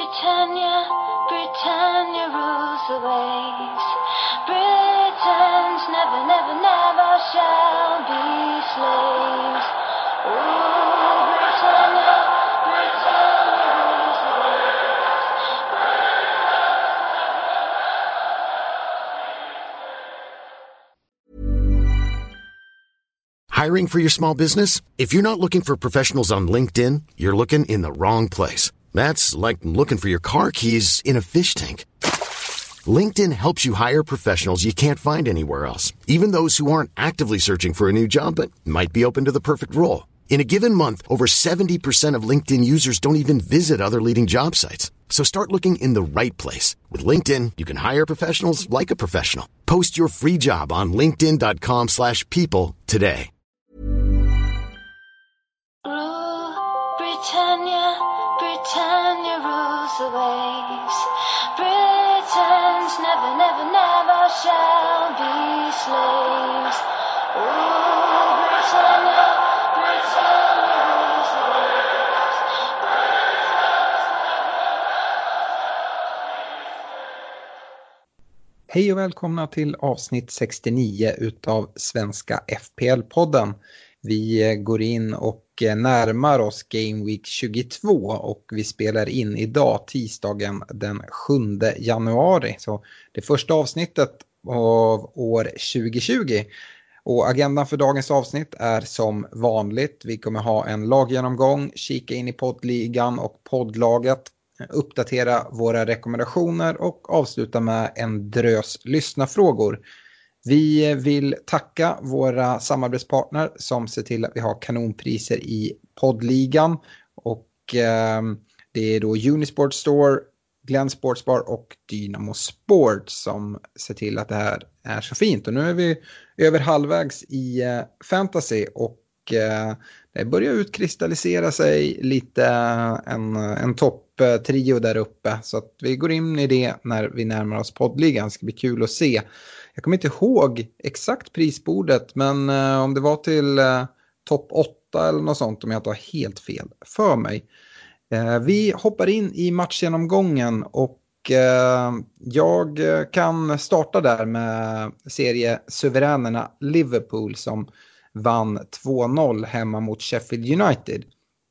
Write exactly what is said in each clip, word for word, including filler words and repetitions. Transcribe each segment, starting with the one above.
Britannia, Britannia rules the waves. Britons never, never, never shall be slaves. Oh, Britannia, Britannia rules the waves. Hiring for your small business? If you're not looking for professionals on LinkedIn, you're looking in the wrong place. That's like looking for your car keys in a fish tank. LinkedIn helps you hire professionals you can't find anywhere else, even those who aren't actively searching for a new job but might be open to the perfect role. In a given month, over seventy percent of LinkedIn users don't even visit other leading job sites. So start looking in the right place. With LinkedIn, you can hire professionals like a professional. Post your free job on linkedin dot com slash people today. Britannia, Britannia rules the waves. Britons never, never, never shall be slaves. Oh, Britannia, Britannia rules the waves. Hej och välkomna till avsnitt sextionio utav Svenska F P L-podden. Vi går in och närmar oss Game Week tjugotvå och vi spelar in idag tisdagen den sjunde januari. Så det första avsnittet av år tjugohundratjugo. Och agendan för dagens avsnitt är som vanligt. Vi kommer ha en laggenomgång, kika in i poddligan och poddlaget, uppdatera våra rekommendationer och avsluta med en drös lyssnarfrågor. Vi vill tacka våra samarbetspartner som ser till att vi har kanonpriser i poddligan. Och eh, det är då Unisport Store, Glenn Sportsbar och Dynamo Sport som ser till att det här är så fint. Och nu är vi över halvvägs i eh, fantasy och eh, det börjar utkristallisera sig lite en, en topp-trio där uppe. Så att vi går in i det när vi närmar oss poddligan. Det ska bli kul att se. Jag kommer inte ihåg exakt prisbordet, men eh, om det var till eh, topp åtta eller något sånt, om jag inte har helt fel för mig. Eh, vi hoppar in i matchgenomgången och eh, jag kan starta där med seriesuveränerna Liverpool som vann två noll hemma mot Sheffield United.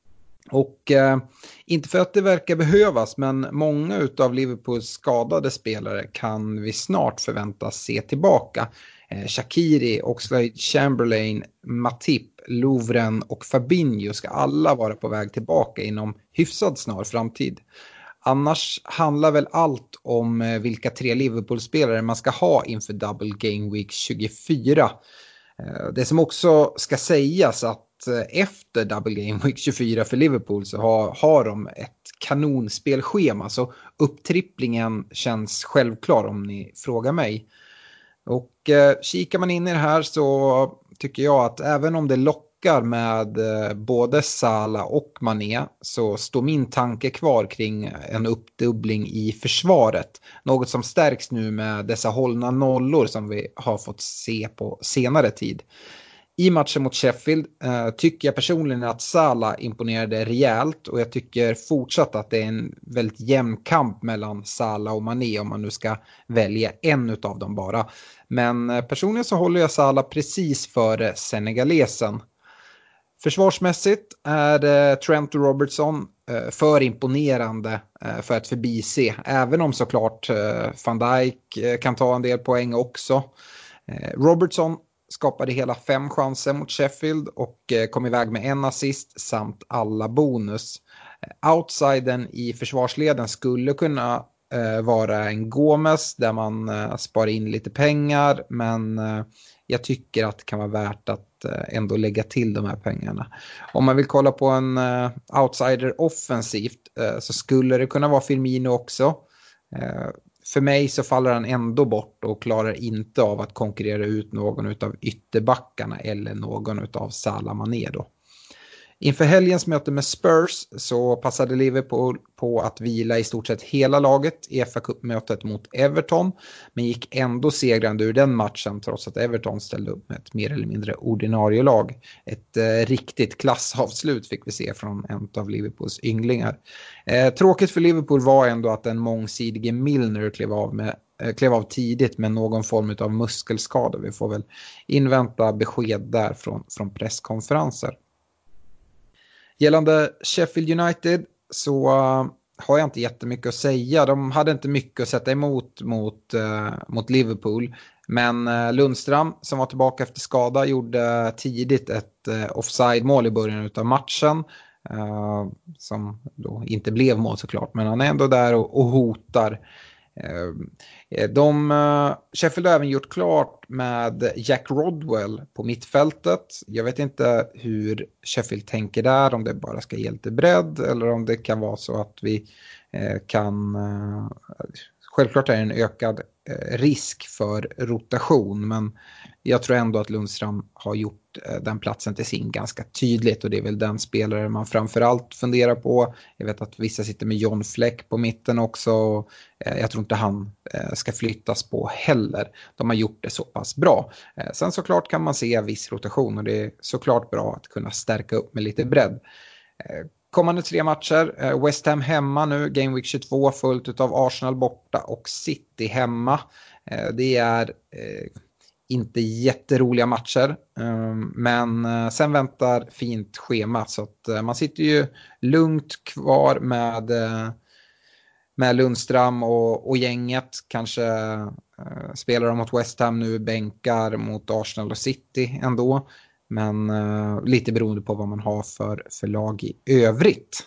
Och eh, inte för att det verkar behövas, men många av Liverpools skadade spelare kan vi snart förväntas se tillbaka. Eh, Shaqiri, Oxlade-Chamberlain, Matip, Lovren och Fabinho ska alla vara på väg tillbaka inom hyfsad snar framtid. Annars handlar väl allt om eh, vilka tre Liverpool-spelare man ska ha inför Double Game Week tjugofyra. Eh, det som också ska sägas att efter Double Game Week tjugofyra för Liverpool så har, har de ett kanonspelschema. Så upptripplingen känns självklar om ni frågar mig. Och eh, kikar man in i det här så tycker jag att även om det lockar med eh, både Salah och Mané så står min tanke kvar kring en uppdubbling i försvaret. Något som stärks nu med dessa hållna nollor som vi har fått se på senare tid. I matchen mot Sheffield eh, tycker jag personligen att Salah imponerade rejält och jag tycker fortsatt att det är en väldigt jämn kamp mellan Salah och Mané om man nu ska välja en av dem bara. Men eh, personligen så håller jag Salah precis före senegalesen. Försvarsmässigt är eh, Trent och Robertson eh, för imponerande eh, för att förbise, även om såklart eh, Van Dijk eh, kan ta en del poäng också. Eh, Robertson skapade hela fem chanser mot Sheffield och kom iväg med en assist samt alla bonus. Outsidern i försvarsleden skulle kunna eh, vara en Gomez där man eh, sparar in lite pengar, men eh, jag tycker att det kan vara värt att eh, ändå lägga till de här pengarna. Om man vill kolla på en eh, outsider offensivt eh, så skulle det kunna vara Firmino också. Eh, För mig så faller han ändå bort och klarar inte av att konkurrera ut någon av ytterbackarna eller någon av Salah Mané då. Inför helgens möte med Spurs så passade Liverpool på att vila i stort sett hela laget i F A Cup-mötet mot Everton, men gick ändå segrande ur den matchen trots att Everton ställde upp med ett mer eller mindre ordinarie lag. Ett eh, riktigt klassavslut fick vi se från en av Liverpools ynglingar. Eh, tråkigt för Liverpool var ändå att den mångsidige Milner klev av, med, eh, klev av tidigt med någon form av muskelskada. Vi får väl invänta besked där från, från presskonferenser. Gällande Sheffield United så uh, har jag inte jättemycket att säga. De hade inte mycket att sätta emot mot, uh, mot Liverpool. Men uh, Lundström som var tillbaka efter skada gjorde tidigt ett uh, offside-mål i början av matchen. Uh, som då inte blev mål såklart. Men han är ändå där och, och hotar. De, Sheffield har även gjort klart med Jack Rodwell på mittfältet. Jag vet inte hur Sheffield tänker där, om det bara ska ge lite bredd eller om det kan vara så att vi kan, självklart är det en ökad risk för rotation, men jag tror ändå att Lundström har gjort den platsen till sin ganska tydligt, och det är väl den spelare man framförallt funderar på. Jag vet att vissa sitter med John Fleck på mitten också, och jag tror inte han ska flyttas på heller. De har gjort det så pass bra. Sen såklart kan man se viss rotation, och det är såklart bra att kunna stärka upp med lite bredd. Kommande tre matcher, West Ham hemma nu, Game Week tjugotvå, fullt av Arsenal borta och City hemma. Det är inte jätteroliga matcher, men sen väntar fint schema, så att man sitter ju lugnt kvar med, med Lundström och, och gänget. Kanske spelar de mot West Ham nu, bänkar mot Arsenal och City ändå. Men uh, lite beroende på vad man har för, för lag i övrigt.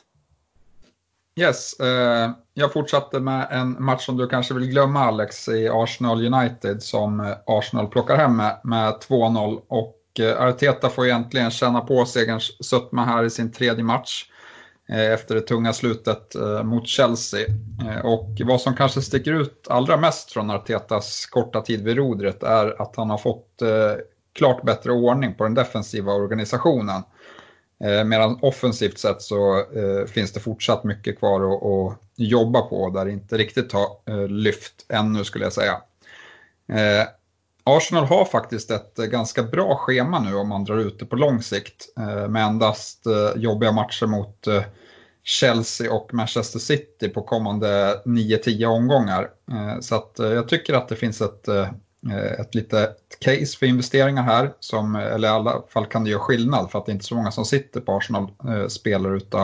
Yes, uh, jag fortsatte med en match som du kanske vill glömma, Alex, i Arsenal United, som Arsenal plockar hem med, med två noll. Och uh, Arteta får egentligen känna på segerns sötma här i sin tredje match uh, efter det tunga slutet uh, mot Chelsea. Uh, och vad som kanske sticker ut allra mest från Artetas korta tid vid rodret är att han har fått uh, klart bättre ordning på den defensiva organisationen. Eh, medan offensivt sett så eh, finns det fortsatt mycket kvar att, att jobba på, där det inte riktigt har eh, lyft ännu, skulle jag säga. Eh, Arsenal har faktiskt ett eh, ganska bra schema nu om man drar ut det på lång sikt. Eh, med endast eh, jobbiga matcher mot eh, Chelsea och Manchester City på kommande nio tio omgångar. Eh, så att, eh, jag tycker att det finns ett... Eh, ett litet case för investeringar här, som, eller i alla fall kan det göra skillnad, för att det är inte så många som sitter på Arsenal eh, spelar utav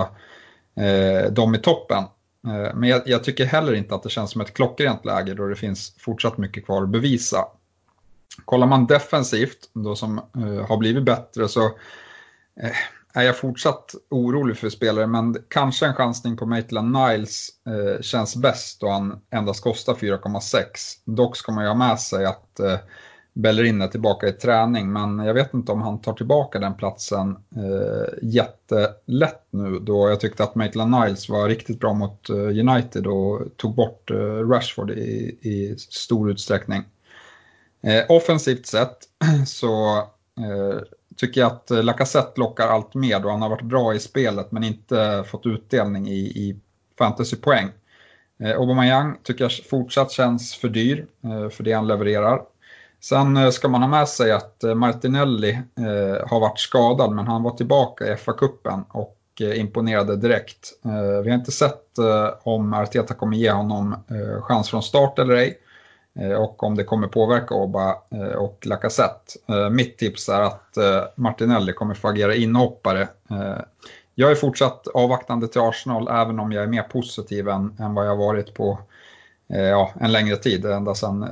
eh, de i toppen. Eh, men jag, jag tycker heller inte att det känns som ett klockrent läge, då det finns fortsatt mycket kvar att bevisa. Kollar man defensivt då, som eh, har blivit bättre, så eh, är jag fortsatt orolig för spelare, men kanske en chansning på Maitland-Niles eh, känns bäst då han endast kostar fyra komma sex. Dock ska man ju ha med sig att eh, Bellerin är tillbaka i träning, men jag vet inte om han tar tillbaka den platsen eh, jättelätt nu, då jag tyckte att Maitland-Niles var riktigt bra mot eh, United och tog bort eh, Rashford i, i stor utsträckning. Eh, offensivt sett så eh, tycker jag att Lacazette lockar allt mer, då han har varit bra i spelet men inte fått utdelning i, i fantasypoäng. Eh, Aubameyang tycker jag fortsatt känns för dyr eh, för det han levererar. Sen eh, ska man ha med sig att eh, Martinelli eh, har varit skadad, men han var tillbaka i F A-cupen och eh, imponerade direkt. Eh, vi har inte sett eh, om Arteta kommer ge honom eh, chans från start eller ej. Och om det kommer påverka Oba och Lacazette. Mitt tips är att Martinelli kommer få agera inhoppare. Jag är fortsatt avvaktande till Arsenal, även om jag är mer positiv än, än vad jag har varit på ja, en längre tid. Ända sedan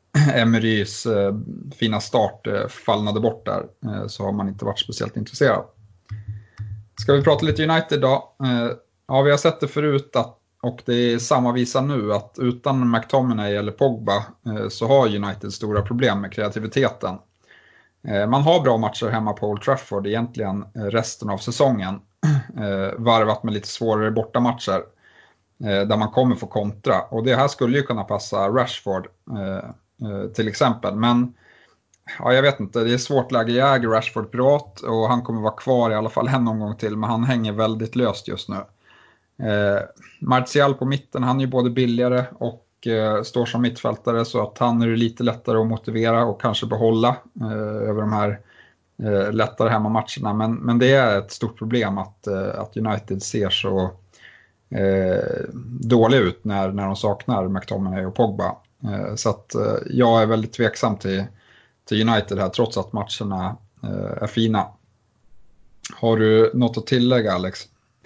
Emerys fina start fallnade bort där, så har man inte varit speciellt intresserad. Ska vi prata lite United då? Ja, vi har sett det förut att, och det är samma visa nu, att utan McTominay eller Pogba eh, så har United stora problem med kreativiteten. Eh, man har bra matcher hemma på Old Trafford egentligen eh, resten av säsongen. Eh, varvat med lite svårare bortamatcher eh, där man kommer få kontra. Och det här skulle ju kunna passa Rashford eh, eh, till exempel. Men Ja, jag vet inte. Det är svårt läge. Jag äger Rashford privat och han kommer vara kvar i alla fall en någon gång till. Men han hänger väldigt löst just nu. Eh, Martial på mitten, han är ju både billigare och eh, står som mittfältare. Så att han är lite lättare att motivera och kanske behålla eh, över de här eh, lättare hemmamatcherna. Men, men det är ett stort problem att, eh, att United ser så eh, dåliga ut när, när de saknar McTominay och Pogba. Eh, så att eh, jag är väldigt tveksam till till United här, trots att matcherna eh, är fina. Har du något att tillägga, Alex?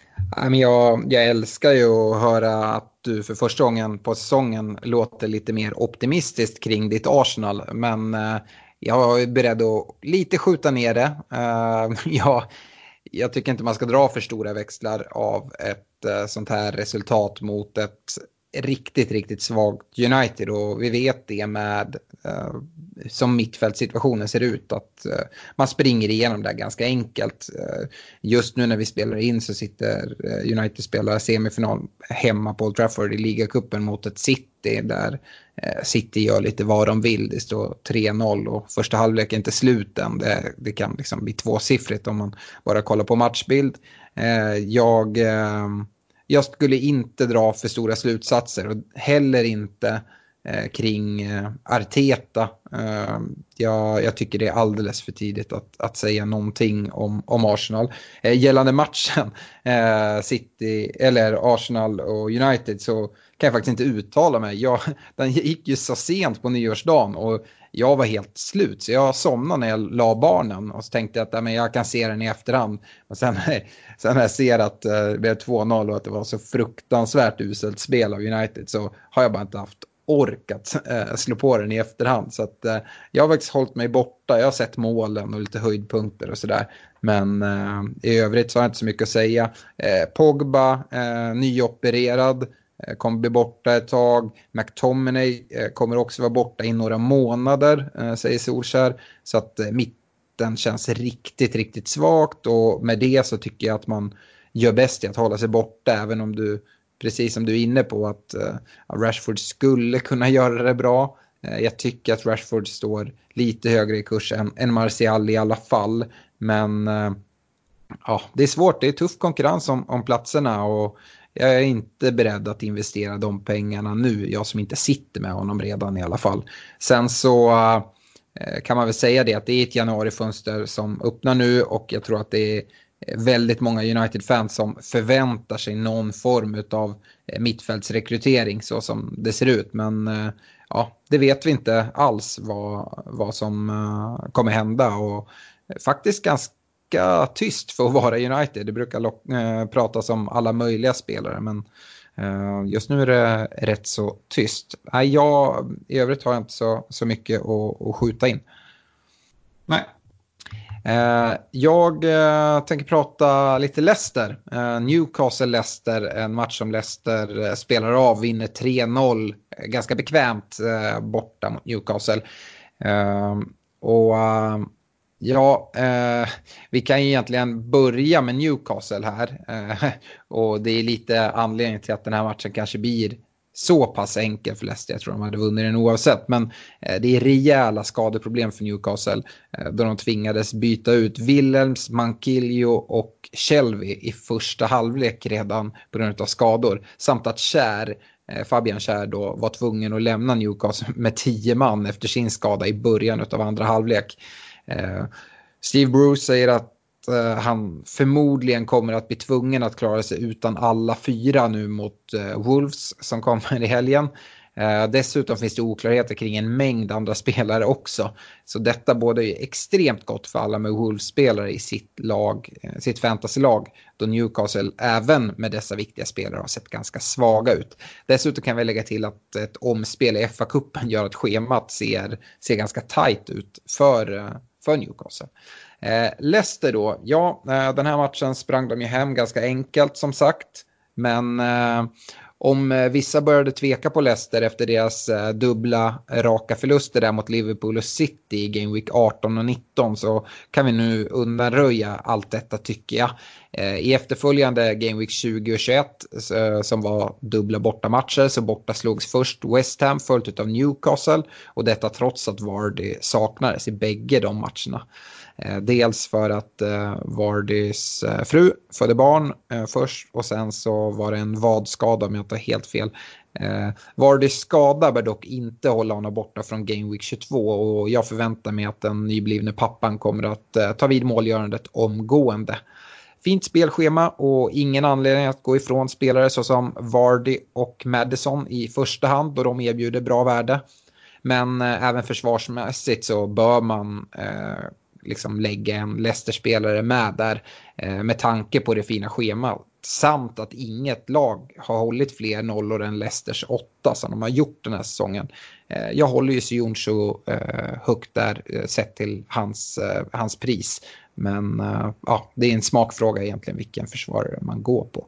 Jag, jag älskar ju att höra att du för första gången på säsongen låter lite mer optimistiskt kring ditt Arsenal. Men eh, jag är beredd att lite skjuta ner det. Eh, jag, jag tycker inte man ska dra för stora växlar av ett eh, sånt här resultat mot ett riktigt, riktigt svagt United, och vi vet det med uh, som mittfältssituationen ser ut, att uh, man springer igenom det ganska enkelt. Uh, just nu när vi spelar in så sitter uh, United spelar semifinal hemma på Old Trafford i ligacupen mot ett City där uh, City gör lite vad de vill. Det står tre noll och första halvlek är inte slut än. Det, det kan liksom bli tvåsiffrigt om man bara kollar på matchbild. Uh, jag uh, Jag skulle inte dra för stora slutsatser och heller inte eh, kring eh, Arteta. Eh, jag, jag tycker det är alldeles för tidigt att, att säga någonting om, om Arsenal. Eh, gällande matchen eh, City eller Arsenal och United så kan jag faktiskt inte uttala mig. Jag, den gick ju så sent på nyårsdagen och jag var helt slut, så jag somnade när jag la barnen och så tänkte jag att ja, men jag kan se den i efterhand. Och sen, sen när jag ser att uh, det blev två noll och att det var så fruktansvärt uselt spel av United, så har jag bara inte haft orkat uh, slå på den i efterhand. Så att, uh, jag har faktiskt hållit mig borta. Jag har sett målen och lite höjdpunkter och sådär. Men uh, i övrigt så har jag inte så mycket att säga. Uh, Pogba, uh, nyopererad. Kommer bli borta ett tag. McTominay kommer också vara borta i några månader, säger Solskär. Så att mitten känns riktigt, riktigt svagt. Och med det så tycker jag att man gör bäst i att hålla sig borta. Även om du, precis som du är inne på, att Rashford skulle kunna göra det bra. Jag tycker att Rashford står lite högre i kurs än, än Martial i alla fall. Men ja, det är svårt. Det är tuff konkurrens om, om platserna och jag är inte beredd att investera de pengarna nu. Jag som inte sitter med honom redan i alla fall. Sen så eh, kan man väl säga det att det är ett januarifönster som öppnar nu. Och jag tror att det är väldigt många United-fans som förväntar sig någon form av eh, mittfältsrekrytering så som det ser ut. Men eh, ja, det vet vi inte alls vad, vad som eh, kommer hända. Och eh, faktiskt ganska tyst för att vara United. Det brukar lock, eh, pratas om alla möjliga spelare, men eh, just nu är det rätt så tyst. Nej, jag, i övrigt har jag inte så, så mycket att, att skjuta in. Nej. Eh, jag eh, tänker prata lite Leicester. Eh, Newcastle-Leicester, en match som Leicester eh, spelar av, vinner tre noll. Eh, ganska bekvämt eh, borta mot Newcastle. Eh, och eh, Ja, eh, vi kan ju egentligen börja med Newcastle här. Eh, och det är lite anledningen till att den här matchen kanske blir så pass enkel för Leicester. Jag tror de hade vunnit den oavsett. Men eh, det är rejäla skadeproblem för Newcastle. Eh, då de tvingades byta ut Willems, Manquillo och Shelby i första halvlek redan på grund av skador. Samt att Kjär, eh, Fabian Kjär då var tvungen att lämna Newcastle med tio man efter sin skada i början av andra halvlek. Uh, Steve Bruce säger att uh, han förmodligen kommer att bli tvungen att klara sig utan alla fyra nu mot uh, Wolves som kommer i helgen. Uh, dessutom finns det oklarheter kring en mängd andra spelare också. Så detta både är extremt gott för alla med Wolves-spelare i sitt lag, uh, sitt fantasylag, då Newcastle även med dessa viktiga spelare har sett ganska svaga ut. Dessutom kan vi lägga till att ett omspel i F A-cupen gör att schemat ser, ser ganska tajt ut för uh, för Newcastle. Eh, Leicester då, ja, eh, den här matchen sprang de ju hem ganska enkelt som sagt. Men eh, om eh, vissa började tveka på Leicester efter deras eh, dubbla raka förluster där mot Liverpool och City i Game Week arton och nitton, så kan vi nu undanröja allt detta, tycker jag. Eh, I efterföljande Game Week tjugo och tjugoett eh, som var dubbla bortamatcher, så borta slogs först West Ham följt av Newcastle, och detta trots att Vardy saknades i bägge de matcherna. Eh, dels för att eh, Vardys eh, fru födde barn eh, först, och sen så var det en vadskada om jag inte har helt fel. Eh, Vardys skada bör dock inte hålla honom borta från Game Week tjugotvå, och jag förväntar mig att den nyblivne pappan kommer att eh, ta vid målgörandet omgående. Fint spelschema och ingen anledning att gå ifrån spelare såsom Vardy och Maddison i första hand, då de erbjuder bra värde. Men eh, även försvarsmässigt så bör man eh, liksom lägga en Leicester-spelare med där eh, med tanke på det fina schemat. Samt att inget lag har hållit fler nollor än Leicesters åtta som de har gjort den här säsongen. Eh, jag håller ju Sioncho eh, högt där eh, sett till hans, eh, hans pris. Men uh, ja, det är en smakfråga egentligen vilken försvarare man går på.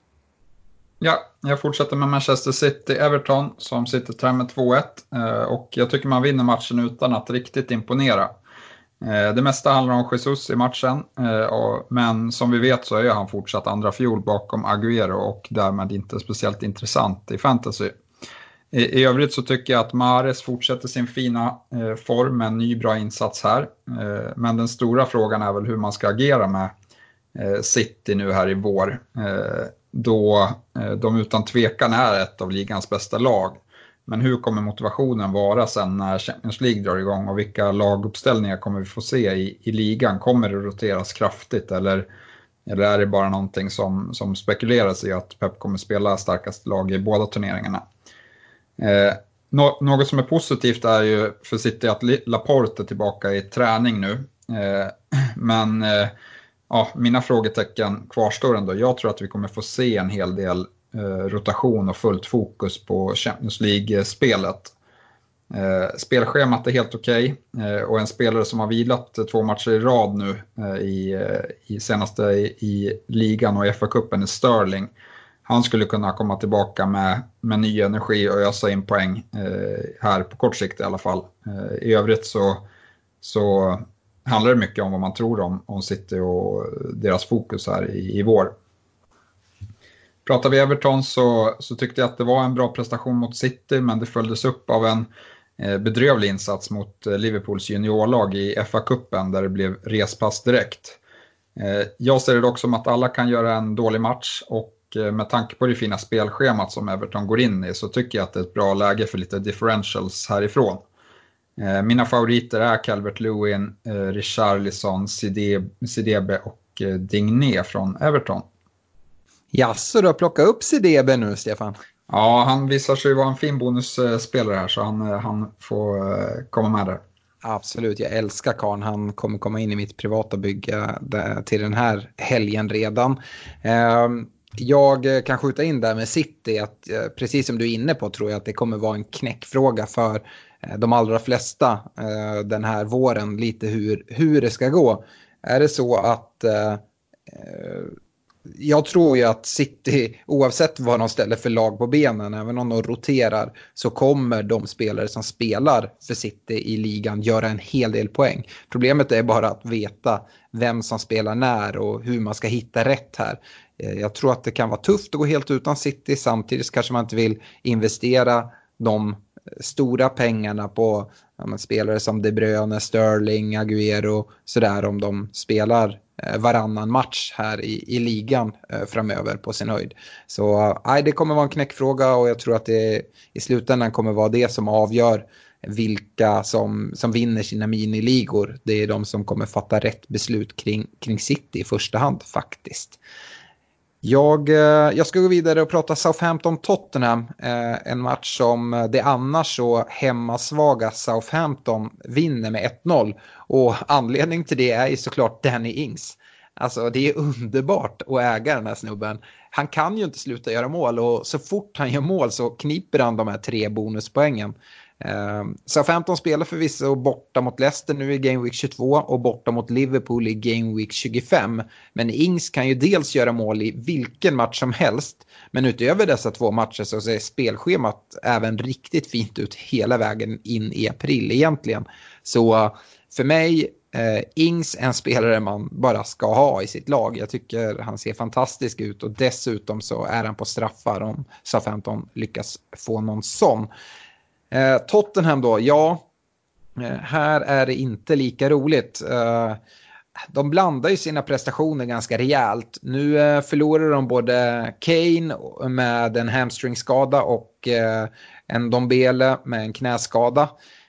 Ja, jag fortsätter med Manchester City Everton som sitter där med två ett. Uh, och jag tycker man vinner matchen utan att riktigt imponera. Uh, det mesta handlar om Jesus i matchen. Uh, och, men som vi vet så är han fortsatt andra fjol bakom Agüero och därmed inte speciellt intressant i fantasy. I, I övrigt så tycker jag att Mahrez fortsätter sin fina eh, form med en ny bra insats här. Eh, men den stora frågan är väl hur man ska agera med eh, City nu här i vår. Eh, då eh, de utan tvekan är ett av ligans bästa lag. Men hur kommer motivationen vara sen när Champions League drar igång? Och vilka laguppställningar kommer vi få se i, i ligan? Kommer det roteras kraftigt eller, eller är det bara någonting som, som spekuleras i att Pep kommer spela starkast lag i båda turneringarna? Eh, no- något som är positivt är ju för City att Laporte är tillbaka i träning nu. Eh, men eh, ja, mina frågetecken kvarstår ändå. Jag tror att vi kommer få se en hel del eh, rotation och fullt fokus på Champions League-spelet. Eh, spelschemat är helt okej. Okay. Eh, och en spelare som har vilat två matcher i rad nu eh, i, i senaste i, i ligan och i F A-cupen är Sterling. Han skulle kunna komma tillbaka med, med ny energi och ösa in poäng eh, här på kort sikt i alla fall. Eh, I övrigt så, så handlar det mycket om vad man tror om, om City och deras fokus här i, i vår. Pratar vi Everton så, så tyckte jag att det var en bra prestation mot City, men det följdes upp av en eh, bedrövlig insats mot eh, Liverpools juniorlag i F A-cupen där det blev respass direkt. Eh, jag ser det dock som att alla kan göra en dålig match, och med tanke på det fina spelschemat som Everton går in i så tycker jag att det är ett bra läge för lite differentials härifrån. Eh, mina favoriter är Calvert-Lewin, eh, Richarlison, Sidebe och eh, Digné från Everton. Jaså, du har plockat upp Sidebe nu, Stefan? Ja, han visar sig vara en fin bonusspelare här, så han, han får eh, komma med där. Absolut, jag älskar Karn. Han kommer komma in i mitt privata bygge till den här helgen redan. Eh, Jag kan skjuta in där med City att precis som du är inne på tror jag att det kommer vara en knäckfråga för de allra flesta den här våren, lite hur, hur det ska gå. Är det så att eh, jag tror ju att City, oavsett vad de ställer för lag på benen, även om de roterar, så kommer de spelare som spelar för City i ligan göra en hel del poäng. Problemet är bara att veta vem som spelar när och hur man ska hitta rätt här. Jag tror att det kan vara tufft att gå helt utan City, samtidigt kanske man inte vill investera de stora pengarna på ja, spelare som De Bruyne, Sterling, Agüero, sådär, om de spelar varannan match här i, i ligan eh, framöver på sin höjd. Så nej, det kommer vara en knäckfråga, och jag tror att det i slutändan kommer vara det som avgör vilka som, som vinner sina miniligor. Det är de som kommer fatta rätt beslut kring, kring City i första hand faktiskt. Jag, jag ska gå vidare och prata Southampton-Tottenham. Eh, en match som det annars så hemmasvaga Southampton vinner med ett noll. Och anledning till det är ju såklart Danny Ings. Alltså det är underbart att äga den här snubben. Han kan ju inte sluta göra mål, och så fort han gör mål så kniper han de här tre bonuspoängen. Uh, Southampton spelar förvisso borta mot Leicester nu i Game Week tjugotvå och borta mot Liverpool i Game Week tjugofem. Men Ings kan ju dels göra mål i vilken match som helst, men utöver dessa två matcher så ser spelschemat även riktigt fint ut hela vägen in i april egentligen. Så uh, för mig, uh, Ings är en spelare man bara ska ha i sitt lag. Jag tycker han ser fantastisk ut och dessutom så är han på straffar om Southampton lyckas få någon sån. Eh, Tottenham då, ja, eh, här är det inte lika roligt. Eh, de blandar ju sina prestationer ganska rejält. Nu eh, förlorar de både Kane med en hamstringskada och eh, en Dombele med en knäskada.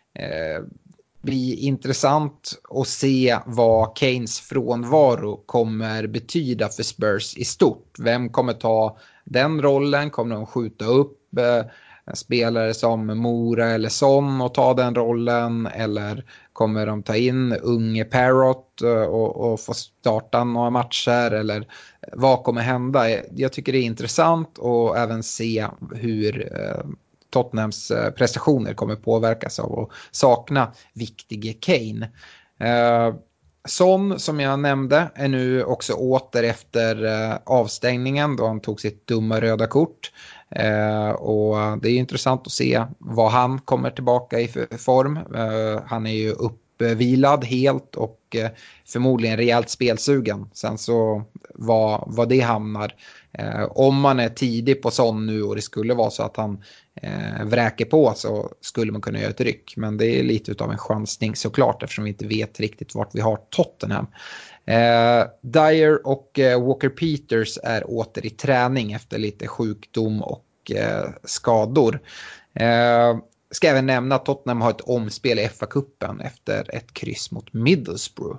Eh, blir intressant att se vad Kanes frånvaro kommer betyda för Spurs i stort. Vem kommer ta den rollen? Kommer de skjuta upp eh, spelare som Mora eller Son och ta den rollen, eller kommer de ta in unge Parrott och, och få starta några matcher, eller vad kommer hända? Jag tycker det är intressant och även se hur eh, Tottenhams prestationer kommer påverkas av att sakna viktige Kane. Eh, Son, som jag nämnde, är nu också åter efter eh, avstängningen då han tog sitt dumma röda kort. Uh, och det är intressant att se vad han kommer tillbaka i för form. Uh, han är ju uppvilad helt och uh, förmodligen rejält spelsugen. Sen så vad, vad det hamnar. Uh, om man är tidig på sån nu och det skulle vara så att han uh, vräker på, så skulle man kunna göra ett ryck. Men det är lite av en chansning såklart, eftersom vi inte vet riktigt vart vi har Tottenham. Uh, Dyer och uh, Walker Peters är åter i träning efter lite sjukdom och uh, skador. Uh, ska även nämna att Tottenham har ett omspel i F A-cupen efter ett kryss mot Middlesbrough.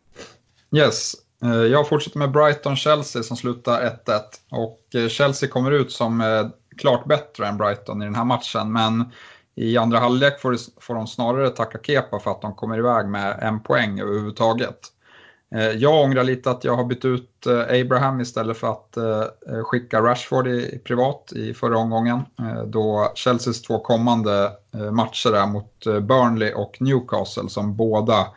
Yes, uh, jag fortsätter med Brighton-Chelsea som slutar ett ett. Och uh, Chelsea kommer ut som uh, klart bättre än Brighton i den här matchen, men i andra halvlek får, får de snarare tacka Kepa för att de kommer iväg med en poäng överhuvudtaget. Jag ångrar lite att jag har bytt ut Abraham istället för att skicka Rashford i privat i förra omgången, då Chelseas två kommande matcher är mot Burnley och Newcastle, som båda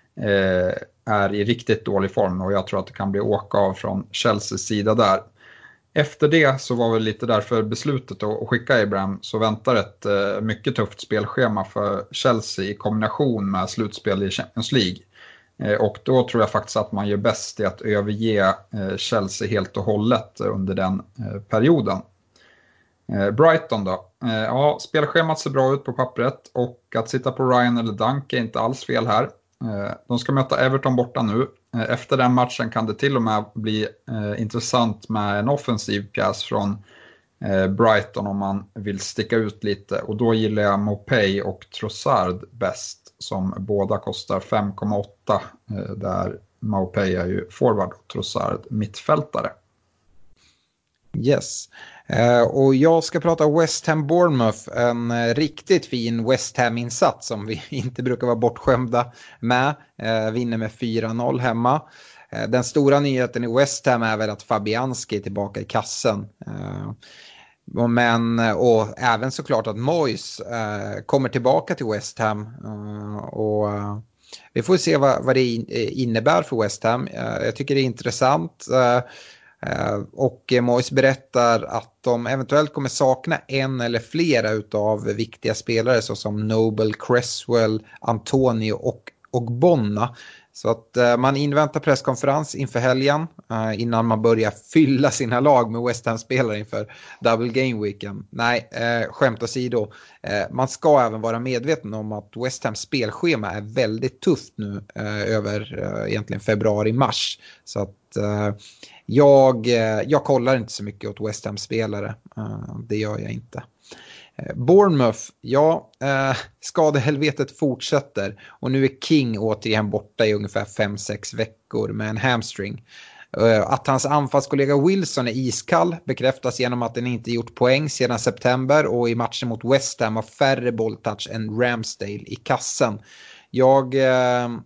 är i riktigt dålig form, och jag tror att det kan bli åka av från Chelseas sida där. Efter det så var väl lite därför beslutet att skicka Abraham, så väntar ett mycket tufft spelschema för Chelsea i kombination med slutspel i Champions League. Och då tror jag faktiskt att man gör bäst i att överge Chelsea helt och hållet under den perioden. Brighton då. Ja, spelschemat ser bra ut på pappret, och att sitta på Ryan eller Dunk är inte alls fel här. De ska möta Everton borta nu. Efter den matchen kan det till och med bli intressant med en offensiv pjäs från Brighton om man vill sticka ut lite. Och då gillar jag Mopay och Trossard bäst, som båda kostar fem komma åtta, där Maupay är ju forward och Trossard mittfältare. Yes. Uh, och jag ska prata West Ham Bournemouth, en uh, riktigt fin West Ham-insats som vi inte brukar vara bortskämda med. Uh, vinner med fyra noll hemma. Uh, den stora nyheten i West Ham är väl att Fabianski är tillbaka i kassen. Uh, Men, och även såklart att Moyes eh, kommer tillbaka till West Ham. Eh, och eh, vi får se vad, vad det innebär för West Ham. Eh, jag tycker det är intressant. Eh, eh, och Moyes berättar att de eventuellt kommer sakna en eller flera utav viktiga spelare, såsom Noble, Cresswell, Antonio och, och Bonna. Så att eh, man inväntar presskonferens inför helgen eh, innan man börjar fylla sina lag med West Ham-spelare inför Double Game Weekend. Nej, eh, skämt åsido. Eh, man ska även vara medveten om att West Hams spelschema är väldigt tufft nu eh, över eh, egentligen februari-mars. Så att eh, jag, eh, jag kollar inte så mycket åt West Ham-spelare. Eh, det gör jag inte. Bournemouth, ja, eh, skadehelvetet fortsätter och nu är King återigen borta i ungefär fem sex veckor med en hamstring. Eh, att hans anfallskollega Wilson är iskall bekräftas genom att den inte gjort poäng sedan september och i matchen mot West Ham har färre bolltouch än Ramsdale i kassen. Jag, eh,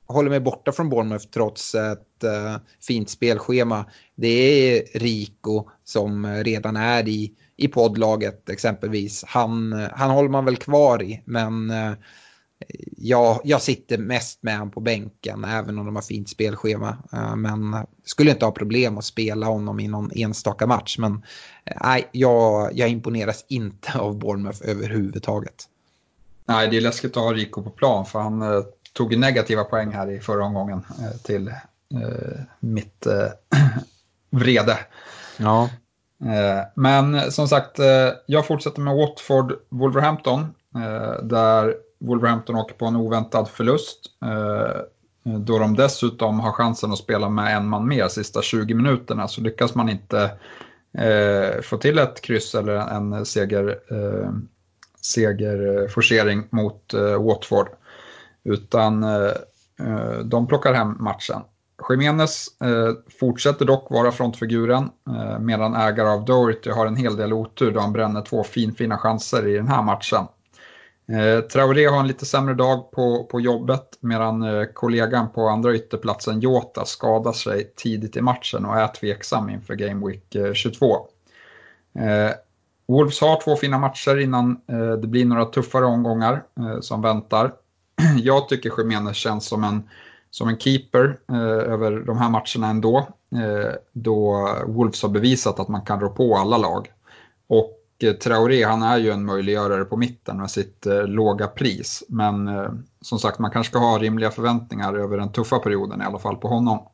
håller mig borta från Bournemouth trots ett uh, fint spelschema. Det är Rico som redan är i, i poddlaget exempelvis. Han, han håller man väl kvar i, men uh, jag, jag sitter mest med honom på bänken även om de har fint spelschema. Uh, men skulle inte ha problem att spela honom i någon enstaka match. Men nej, uh, jag, jag imponeras inte av Bournemouth överhuvudtaget. Nej, det är läskigt att ha Rico på plan för han uh, tog negativa poäng här i förra omgången uh, till uh, mitt uh, vrede. Ja. Uh, men som sagt, uh, jag fortsätter med Watford Wolverhampton uh, där Wolverhampton åker på en oväntad förlust uh, då de dessutom har chansen att spela med en man mer sista tjugo minuterna, så lyckas man inte uh, få till ett kryss eller en seger uh, segerforcering mot uh, Watford, utan uh, uh, de plockar hem matchen. Jimenez uh, fortsätter dock vara frontfiguren uh, medan ägare av Doherty har en hel del otur då han bränner två fin, fina chanser i den här matchen. Uh, Traoré har en lite sämre dag på, på jobbet medan uh, kollegan på andra ytterplatsen Jota skadar sig tidigt i matchen och är tveksam inför Game Week uh, tjugotvå. Uh, Wolves har två fina matcher innan eh, det blir några tuffare omgångar eh, som väntar. Jag tycker Jimenez känns som en, som en keeper eh, över de här matcherna ändå. Eh, då Wolves har bevisat att man kan rå på alla lag. Och eh, Traoré, han är ju en möjliggörare på mitten med sitt eh, låga pris. Men eh, som sagt, man kanske ska ha rimliga förväntningar över den tuffa perioden i alla fall på honom.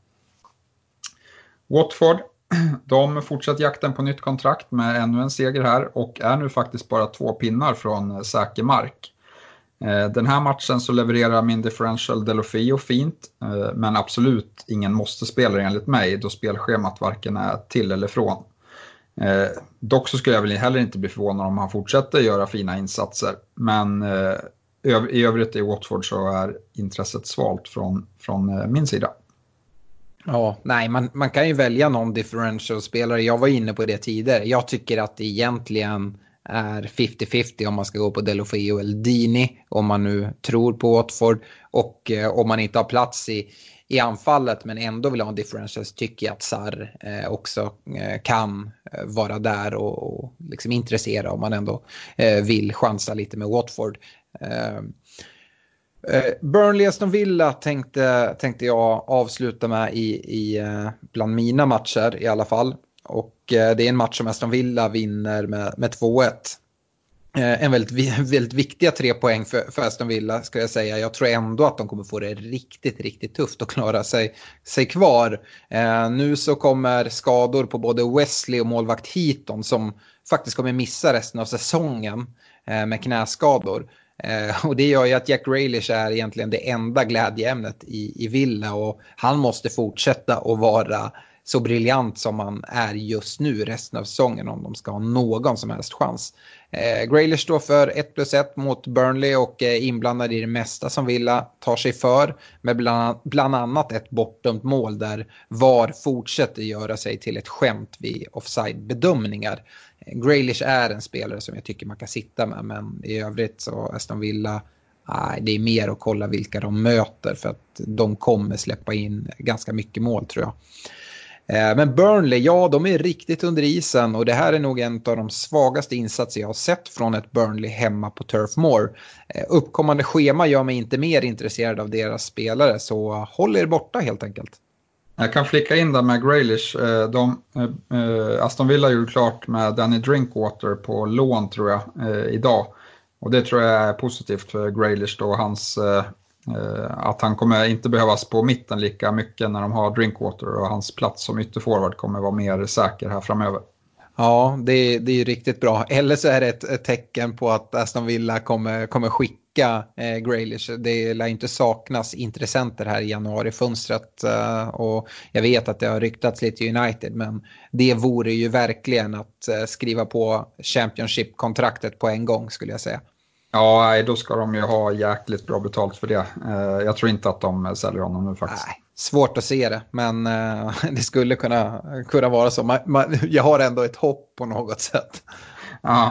Watford. De fortsätter jakten på nytt kontrakt med ännu en seger här och är nu faktiskt bara två pinnar från säker mark. Den här matchen så levererar min differential Delofio fint, men absolut ingen måste spela enligt mig då spelschemat varken är till eller från. Dock så skulle jag väl heller inte bli förvånad om han fortsätter göra fina insatser, men i övrigt i Watford så är intresset svalt från, från min sida. Ja, nej, man, man kan ju välja någon differential-spelare. Jag var inne på det tidigare. Jag tycker att det egentligen är femtio femtio om man ska gå på Delofeo eller Dini, om man nu tror på Watford. Och eh, om man inte har plats i, i anfallet men ändå vill ha en differential, så tycker jag att Sarr eh, också eh, kan eh, vara där och, och liksom intressera om man ändå eh, vill chansa lite med Watford. Eh, Burnley Aston Villa tänkte, tänkte jag avsluta med i, i bland mina matcher i alla fall. Och det är en match som Aston Villa vinner med, med två ett. En väldigt, väldigt viktiga tre poäng för, för Aston Villa ska jag säga. Jag tror ändå att de kommer få det riktigt, riktigt tufft att klara sig, sig kvar. Eh, nu så kommer skador på både Wesley och målvakt Heaton som faktiskt kommer missa resten av säsongen eh, med knäskador. Uh, och det gör ju att Jack Grealish är egentligen det enda glädjeämnet i, i Villa, och han måste fortsätta att vara så briljant som han är just nu resten av säsongen om de ska ha någon som helst chans. Uh, Grealish står för ett plus ett mot Burnley och är inblandad i det mesta som Villa tar sig för, med bland, bland annat ett bortdömt mål där V A R fortsätter göra sig till ett skämt vid offside-bedömningar. Grealish är en spelare som jag tycker man kan sitta med, men i övrigt så Aston Villa, nej, det är mer att kolla vilka de möter för att de kommer släppa in ganska mycket mål tror jag. Men Burnley, ja, de är riktigt under isen och det här är nog en av de svagaste insatser jag har sett från ett Burnley hemma på Turf Moor. Uppkommande schema gör mig inte mer intresserad av deras spelare, så håll er borta helt enkelt. Jag kan flicka in där med Grealish. De, eh, Aston Villa gjorde klart med Danny Drinkwater på lån tror jag eh, idag. Och det tror jag är positivt för Grealish då. Hans, eh, att han kommer inte behövas på mitten lika mycket när de har Drinkwater, och hans plats som ytterforward kommer vara mer säker här framöver. Ja, det, det är ju riktigt bra. Eller så är det ett, ett tecken på att Aston Villa kommer, kommer skicka eh, Grealish. Det lär inte saknas intressenter här i januari-fönstret. Eh, och jag vet att det har ryktats lite i United, men det vore ju verkligen att eh, skriva på Championship-kontraktet på en gång skulle jag säga. Ja, då ska de ju ha jäkligt bra betalt för det. Eh, jag tror inte att de säljer honom nu faktiskt. Nej. Svårt att se det, men uh, det skulle kunna, kunna vara så. Man, man, jag har ändå ett hopp på något sätt. Ja,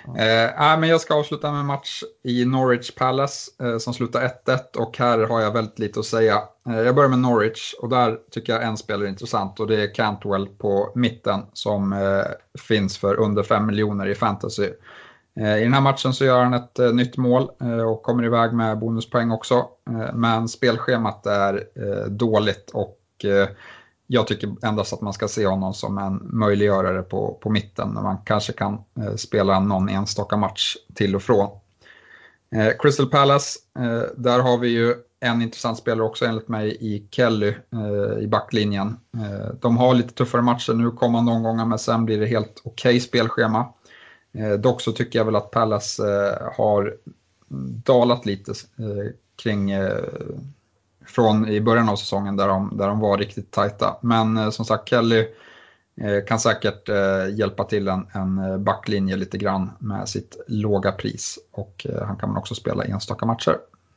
Eh, men jag ska avsluta med en match i Norwich Palace eh, som slutar ett ett, och här har jag väldigt lite att säga. Eh, jag börjar med Norwich, och där tycker jag en spelare är intressant, och det är Cantwell på mitten som eh, finns för under fem miljoner i fantasy. Eh, I den här matchen så gör han ett eh, nytt mål eh, och kommer iväg med bonuspoäng också, eh, men spelschemat är eh, dåligt, och eh, jag tycker endast att man ska se honom som en möjliggörare på, på mitten när man kanske kan eh, spela någon enstaka match till och från. Eh, Crystal Palace, eh, där har vi ju en intressant spelare också enligt mig i Kelly eh, i backlinjen. Eh, de har lite tuffare matcher nu kommande omgångar, men sen blir det helt okej spelschema. Eh, dock så tycker jag väl att Palace eh, har dalat lite eh, kring... Eh, från i början av säsongen där de, där de var riktigt tajta. Men eh, som sagt, Kelly eh, kan säkert eh, hjälpa till en, en backlinje lite grann med sitt låga pris. Och eh, han kan man också spela enstaka matcher.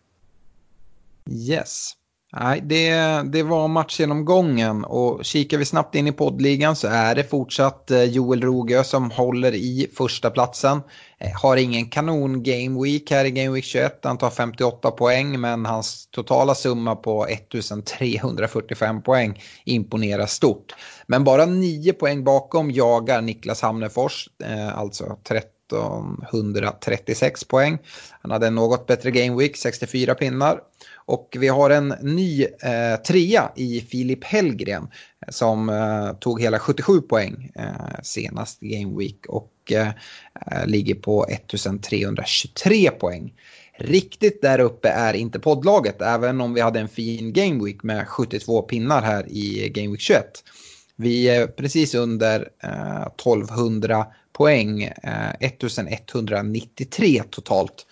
Yes. Nej, det, det var matchgenomgången, och kikar vi snabbt in i poddligan så är det fortsatt Joel Rogö som håller i första platsen. Har ingen kanon game week här i game week tjugoett, han tar femtioåtta poäng, men hans totala summa på ettusentrehundrafyrtiofem poäng imponerar stort. Men bara nio poäng bakom jagar Niklas Hamnefors, alltså trettonhundratrettiosex poäng. Han hade en något bättre game week, sextiofyra pinnar. Och vi har en ny eh, trea i Filip Hellgren som eh, tog hela sjuttiosju poäng eh, senast game week och eh, ligger på ettusentrehundratjugotre poäng. Riktigt där uppe är inte poddlaget, även om vi hade en fin game week med sjuttiotvå pinnar här i game week tjugoett. Vi är precis under eh, tolvhundra poäng, eh, ettusenetthundranittiotre totalt.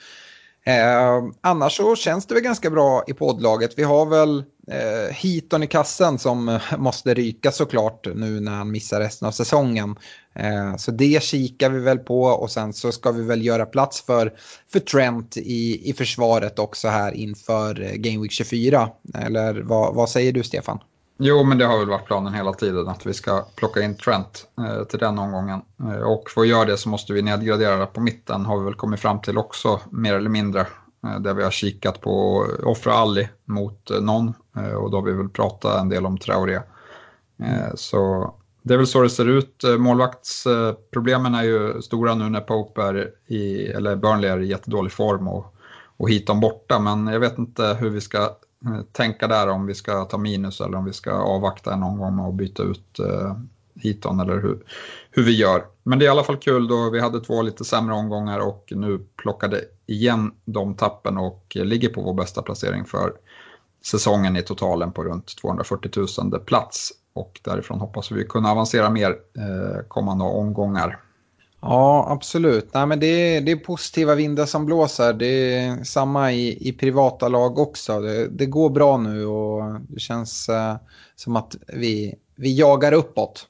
Eh, annars så känns det väl ganska bra i poddlaget. Vi har väl eh, Heaton i kassen som måste ryka såklart nu när han missar resten av säsongen. Eh, så det kikar vi väl på, och sen så ska vi väl göra plats för, för Trent i, i försvaret också här inför Game Week tjugofyra. Eller vad, vad säger du, Stefan? Jo, men det har väl varit planen hela tiden att vi ska plocka in Trent eh, till den omgången. Eh, och för att göra det så måste vi nedgradera det på mitten, har vi väl kommit fram till också, mer eller mindre. Eh, där vi har kikat på offra Ali mot eh, någon, eh, och då har vi väl pratat en del om Traoré. Eh, så det är väl så det ser ut. Eh, målvaktsproblemen eh, är ju stora nu när Pope är i, eller Burnley är i jättedålig form och, och hitom borta. Men jag vet inte hur vi ska tänka där, om vi ska ta minus eller om vi ska avvakta någon gång och byta ut eh, Heaton, eller hur, hur vi gör. Men det är i alla fall kul då vi hade två lite sämre omgångar och nu plockade igen de tappen och ligger på vår bästa placering för säsongen i totalen på runt tvåhundrafyrtiotusen plats, och därifrån hoppas vi kunna avancera mer eh, kommande omgångar. Ja, absolut. Nej, men det, är, det är positiva vindar som blåser. Det är samma i, i privata lag också. Det, det går bra nu, och det känns eh, som att vi, vi jagar uppåt.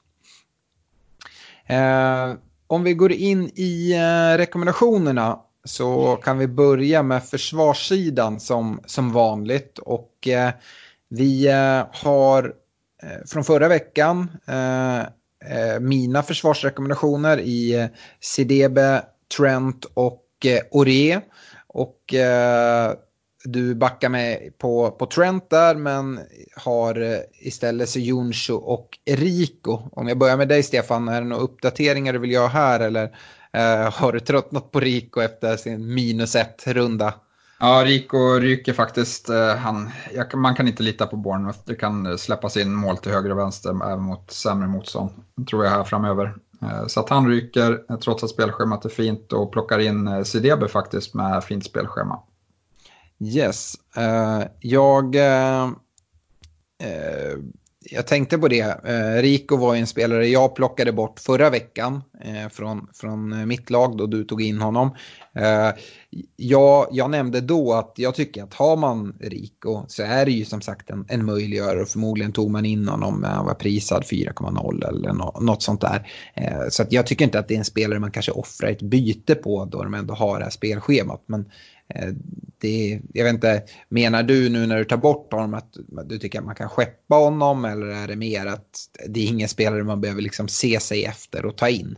Eh, om vi går in i eh, rekommendationerna så kan vi börja med försvarssidan som, som vanligt. Och eh, vi eh, har eh, från förra veckan... Eh, mina försvarsrekommendationer i Sidebe, Trent och eh, Oré. Och eh, du backar mig på, på Trent där, men har eh, istället Sojuncu och Rico. Om jag börjar med dig, Stefan, är det några uppdateringar du vill göra här, eller eh, har du tröttnat på Rico efter sin minus ett runda? Ja, Rico ryker faktiskt. Han, jag, man kan inte lita på Bournemouth. Det kan släppas in mål till höger och vänster även mot sämre motstånd, tror jag, här framöver. Så att han ryker, trots att spelschemat är fint, och plockar in Sidebe faktiskt med fint spelschema. Yes. Uh, jag... Uh, uh... Jag tänkte på det. Eh, Rico var ju en spelare jag plockade bort förra veckan eh, från, från mitt lag då du tog in honom. Eh, jag, jag nämnde då att jag tycker att har man Rico så är det ju som sagt en, en möjliggörare, och förmodligen tog man in honom när han var prisad fyra komma noll eller no, något sånt där. Eh, så att jag tycker inte att det är en spelare man kanske offrar ett byte på då de ändå har det här spelschemat, men det, jag vet inte, menar du nu när du tar bort honom att du tycker att man kan skeppa honom, eller är det mer att det är ingen spelare man behöver liksom se sig efter och ta in?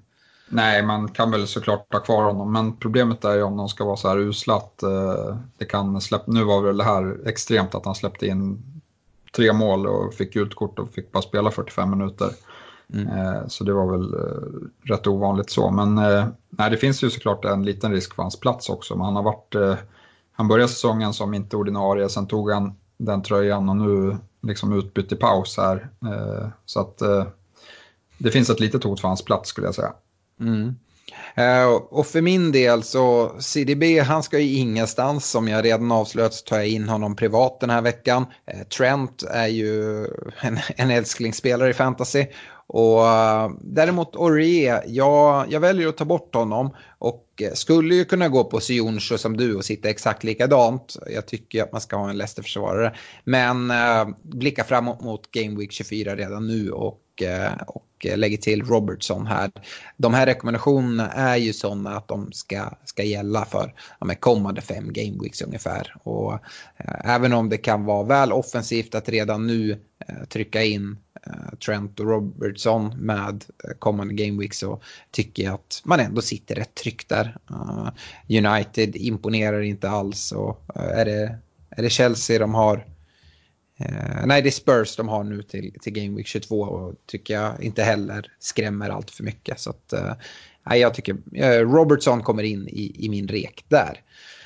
Nej, man kan väl såklart ta kvar honom, men problemet är ju om de ska vara så här usla att eh, det kan släppa. Nu var väl det här extremt att han släppte in tre mål och fick gult kort och fick bara spela fyrtiofem minuter. Mm. Eh, så det var väl eh, rätt ovanligt så, men eh, nej, det finns ju såklart en liten risk för hans plats också. Men han har varit, eh, han började säsongen som inte ordinarie, sen tog han den tröjan och nu liksom utbytt i paus här. Eh, så att eh, det finns ett litet hot för hans plats, skulle jag säga. Mm. Uh, och för min del så C D B, han ska ju ingenstans. Som jag redan avslöjat så tar jag in honom privat den här veckan. uh, Trent är ju en, en älsklingsspelare i fantasy. Och uh, däremot Aurier, jag, jag väljer att ta bort honom. Och uh, skulle ju kunna gå på Sioncho som du och sitta exakt likadant. Jag tycker att man ska ha en Leicester-försvarare. Men uh, blicka framåt mot Game Week tjugofyra redan nu och och lägger till Robertson här. De här rekommendationerna är ju sådana att de ska, ska gälla för de här kommande fem game weeks ungefär. Och eh, även om det kan vara väl offensivt att redan nu eh, trycka in eh, Trent och Robertson med eh, kommande game weeks, så tycker jag att man ändå sitter rätt tryggt där. Uh, United imponerar inte alls, och uh, är, det, är det Chelsea de har. Uh, nej, det är Spurs de har nu till, till Game Week tjugotvå, och tycker jag inte heller skrämmer allt för mycket. Så att, uh, nej, jag tycker uh, Robertson kommer in i, i min rek där.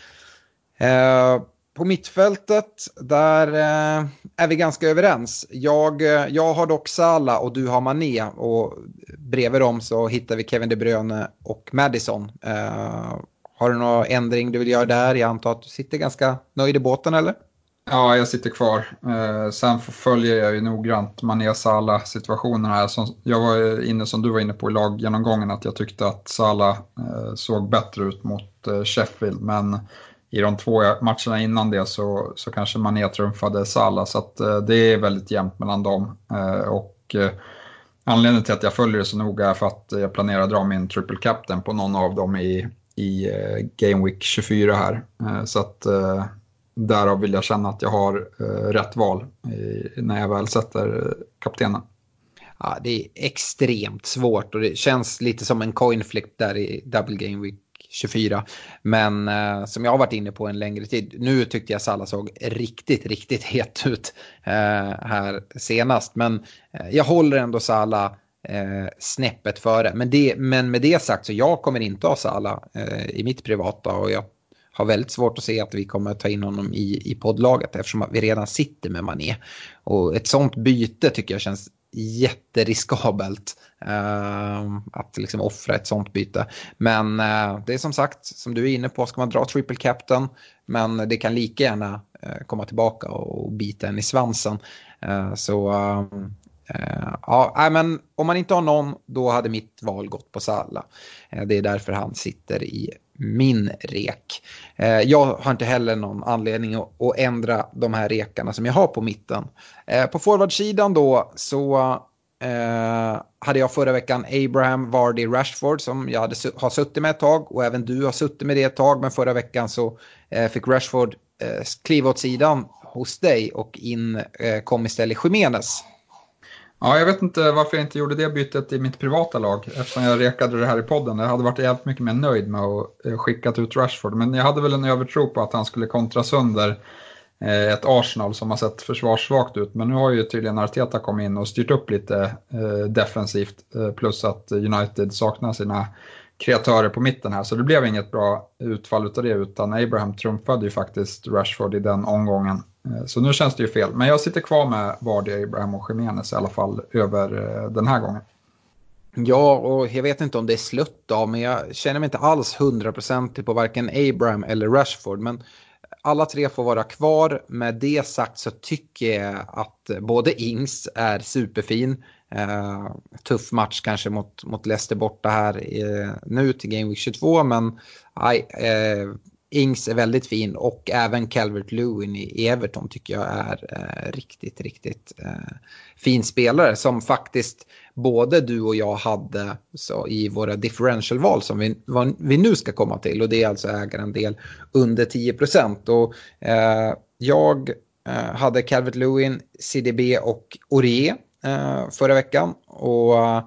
Uh, på mittfältet, där uh, är vi ganska överens. Jag, uh, jag har dock Salah och du har Mané, och bredvid dem så hittar vi Kevin De Bruyne och Maddison. Uh, har du någon ändring du vill göra där? Jag antar att du sitter ganska nöjd i båten, eller? Ja, jag sitter kvar. Eh, sen följer jag ju noggrant Mané Salah situationen här. Som jag var inne, som du var inne på i laggenomgången, att jag tyckte att Salah eh, såg bättre ut mot eh, Sheffield. Men i de två matcherna innan det så, så kanske Mané trumfade Salah. Så att, eh, det är väldigt jämnt mellan dem. Eh, och eh, anledningen till att jag följer det så noga är för att jag planerar att dra min triple captain på någon av dem i, i eh, Game Week tjugofyra här. Eh, så att... Eh, Därav vill jag känna att jag har eh, rätt val eh, när jag väl sätter eh, kaptenen. Ja, det är extremt svårt, och det känns lite som en coin flip där i Double Game Week tjugofyra. Men eh, som jag har varit inne på en längre tid, nu tyckte jag Salah såg riktigt, riktigt het ut eh, här senast. Men eh, jag håller ändå Salah eh, snäppet före. Men, det, men med det sagt så jag kommer inte ha Salah eh, i mitt privata, och jag har väldigt svårt att se att vi kommer att ta in honom i, i poddlaget, eftersom vi redan sitter med Mané. Och ett sånt byte tycker jag känns jätteriskabelt, uh, att liksom offra ett sånt byte. Men uh, det är som sagt, som du är inne på, ska man dra triple captain, men det kan lika gärna uh, komma tillbaka och bita en i svansen. Uh, så uh, uh, ja, men om man inte har någon, då hade mitt val gått på Salah. Uh, det är därför han sitter i min rek. Eh, jag har inte heller någon anledning att, att ändra de här rekarna som jag har på mitten. Eh, på forwardsidan då så eh, hade jag förra veckan Abraham, Vardy, Rashford som jag hade, har suttit med ett tag, och även du har suttit med det ett tag, men förra veckan så eh, fick Rashford eh, kliva åt sidan hos dig, och in eh, kom istället Jimenez. Ja, jag vet inte varför jag inte gjorde det bytet i mitt privata lag, eftersom jag rekade det här i podden. Jag hade varit jävligt mycket mer nöjd med att skicka ut Rashford, men jag hade väl en övertro på att han skulle kontra sönder ett Arsenal som har sett försvarssvagt ut. Men nu har ju tydligen Arteta kommit in och styrt upp lite defensivt, plus att United saknar sina kreatörer på mitten här, så det blev inget bra utfall utav det, utan Abraham trumfade ju faktiskt Rashford i den omgången. Så nu känns det ju fel, men jag sitter kvar med Vardy, Abraham och Jimenez i alla fall över den här gången. Ja, och jag vet inte om det är slut då, men jag känner mig inte alls hundraprocentig på varken Abraham eller Rashford, men alla tre får vara kvar. Med det sagt så tycker jag att både Ings är superfin. Uh, tuff match kanske mot, mot Leicester borta här uh, nu till Game Week tjugotvå, men aj, uh, Ings är väldigt fin, och även Calvert-Lewin i Everton tycker jag är uh, riktigt, riktigt uh, fin spelare, som faktiskt både du och jag hade så i våra differentialval som vi, vad, vi nu ska komma till, och det är alltså ägarandel under tio procent, och uh, jag uh, hade Calvert-Lewin, C D B och Aurier Uh, förra veckan, och uh,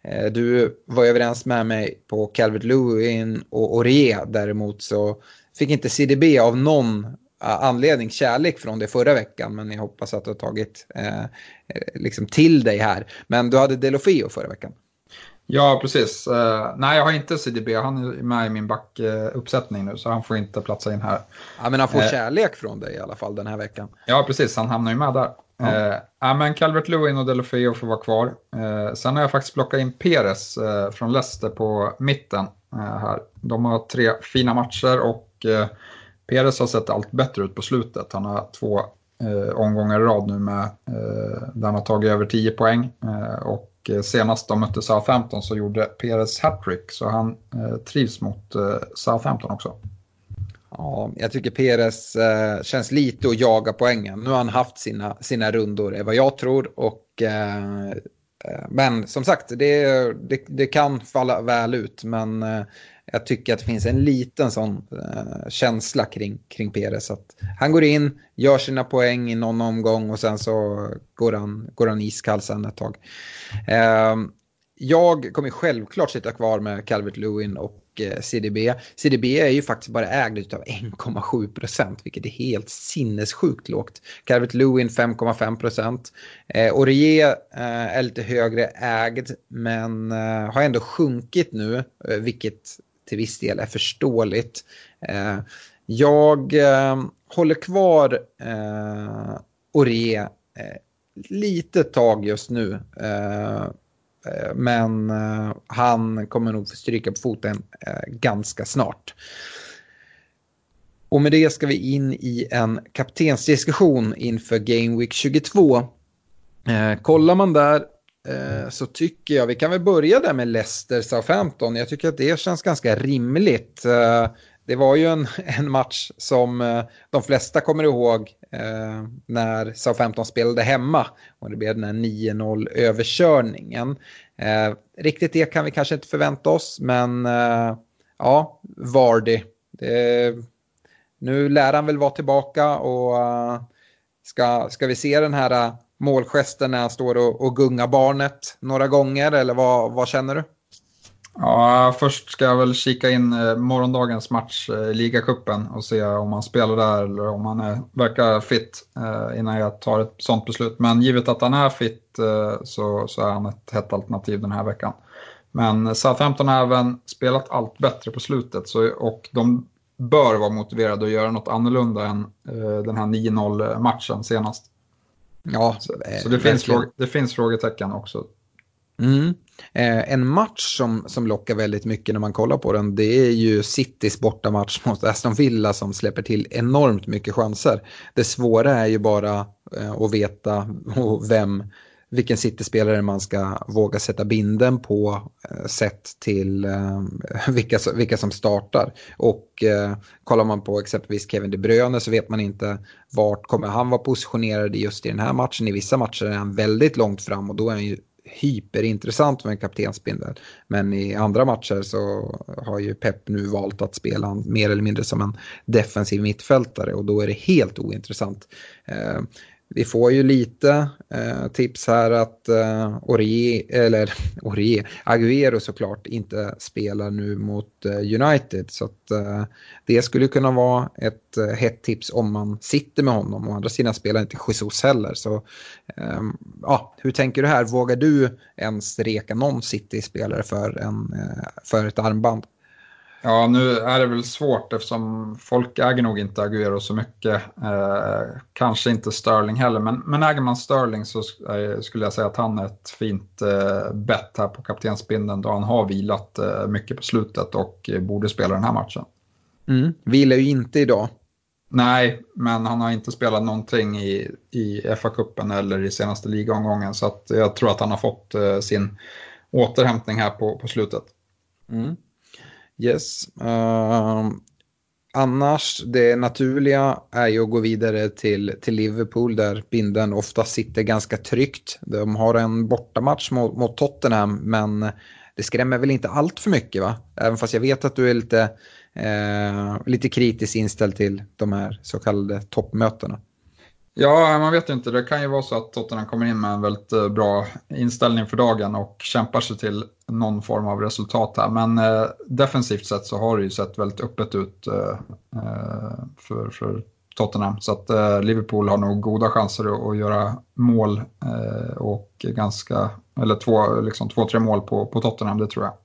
Eh, du var överens med mig på Calvert-Lewin och Aurier. Däremot så fick inte C D B av någon anledning kärlek från det förra veckan, men jag hoppas att du har tagit eh, liksom till dig här. Men du hade Delofeo förra veckan. Ja, precis. Uh, nej, jag har inte C D B. Han är med i min backuppsättning nu, så han får inte platsa in här. Ja, men han får uh, kärlek från dig i alla fall den här veckan. Ja, precis. Han hamnar ju med där. Ja. Uh, ja, men Calvert-Lewin och Delofeo får vara kvar. Uh, sen har jag faktiskt plockat in Perez uh, från Leicester på mitten uh, här. De har tre fina matcher och uh, Perez har sett allt bättre ut på slutet. Han har två uh, omgångar i rad nu med uh, där han har tagit över tio poäng uh, och senast de mötte Southampton så gjorde Perez hattrick, så han uh, trivs mot uh, Southampton också. Ja, jag tycker Perez eh, känns lite att jaga poängen. Nu har han haft sina, sina rundor, är vad jag tror. Och, eh, men som sagt, det, det, det kan falla väl ut. Men eh, jag tycker att det finns en liten sån eh, känsla kring, kring Perez. Att han går in, gör sina poäng i någon omgång och sen så går han, går han iskall sen ett tag. Eh, jag kommer självklart sitta kvar med Calvert-Lewin och C D B. C D B är ju faktiskt bara ägd av en komma sju procent, vilket är helt sinnessjukt lågt. Calvert-Lewin fem komma fem procent. Eh, Aurier eh, är lite högre ägd, men eh, har ändå sjunkit nu, eh, vilket till viss del är förståeligt. Eh, jag eh, håller kvar eh, Aurier eh, lite tag just nu. Eh, Men uh, han kommer nog få stryka på foten uh, ganska snart. Och med det ska vi in i en kaptensdiskussion inför Game Week tjugotvå. Uh, kollar man där uh, så tycker jag, vi kan väl börja där med Leicester Southampton. Jag tycker att det känns ganska rimligt. Uh, Det var ju en, en match som eh, de flesta kommer ihåg eh, när Southampton spelade hemma. Och det blev den här nio noll överkörningen. Eh, riktigt det kan vi kanske inte förvänta oss. Men eh, ja, Vardy. Det, nu lär han väl vara tillbaka. Och uh, ska, ska vi se den här uh, målgesten när han står och, och gungar barnet några gånger? Eller vad, vad känner du? Ja, först ska jag väl kika in eh, morgondagens match i eh, ligacupen och se om han spelar där eller om han är, verkar fit eh, innan jag tar ett sånt beslut. Men givet att han är fit eh, så, så är han ett hett alternativ den här veckan. Men Southampton har även spelat allt bättre på slutet så, och de bör vara motiverade att göra något annorlunda än eh, den här nio noll matchen senast. Ja, så, så det, finns fråge, det finns frågetecken också. Mm. Eh, en match som, som lockar väldigt mycket när man kollar på den, det är ju Citys bortamatch mot Aston Villa som släpper till enormt mycket chanser. Det svåra är ju bara eh, att veta vem, vilken City-spelare man ska våga sätta binden på eh, sett till eh, vilka, vilka som startar. Och eh, kollar man på exempelvis Kevin De Bruyne så vet man inte vart kommer han vara positionerad just i den här matchen. I vissa matcher är han väldigt långt fram och då är han ju hyperintressant med en kaptensbindel. Men i andra matcher så har ju Pep nu valt att spela mer eller mindre som en defensiv mittfältare och då är det helt ointressant. Eh, vi får ju lite eh, tips här att eh, Aurier, eller Aurier, Agüero såklart inte spelar nu mot eh, United så att eh, det skulle kunna vara ett eh, hett tips om man sitter med honom. Å andra sidan spelar inte Jesus heller så eh, ja, hur tänker du här? Vågar du ens reka någon City-spelare för, en, eh, för ett armband? Ja, nu är det väl svårt eftersom folk äger nog inte Agüero så mycket. Eh, kanske inte Sterling heller, men, men äger man Sterling så eh, skulle jag säga att han är ett fint eh, bett här på kaptensbindeln då han har vilat eh, mycket på slutet och eh, borde spela den här matchen. Mm, vilar ju inte idag. Nej, men han har inte spelat någonting i, i F A-cupen eller i senaste ligaomgången så att jag tror att han har fått eh, sin återhämtning här på, på slutet. Mm. Yes. Uh, annars, det naturliga är ju att gå vidare till, till Liverpool där binden ofta sitter ganska tryggt. De har en bortamatch mot, mot Tottenham men det skrämmer väl inte allt för mycket va? Även fast jag vet att du är lite, uh, lite kritiskt inställd till de här så kallade toppmötena. Ja, man vet ju inte. Det kan ju vara så att Tottenham kommer in med en väldigt eh, bra inställning för dagen och kämpar sig till någon form av resultat här. Men eh, defensivt sett så har det ju sett väldigt öppet ut eh, för, för Tottenham. Så att eh, Liverpool har nog goda chanser att, att göra mål eh, och ganska, eller två, liksom två, tre mål på, på Tottenham, det tror jag.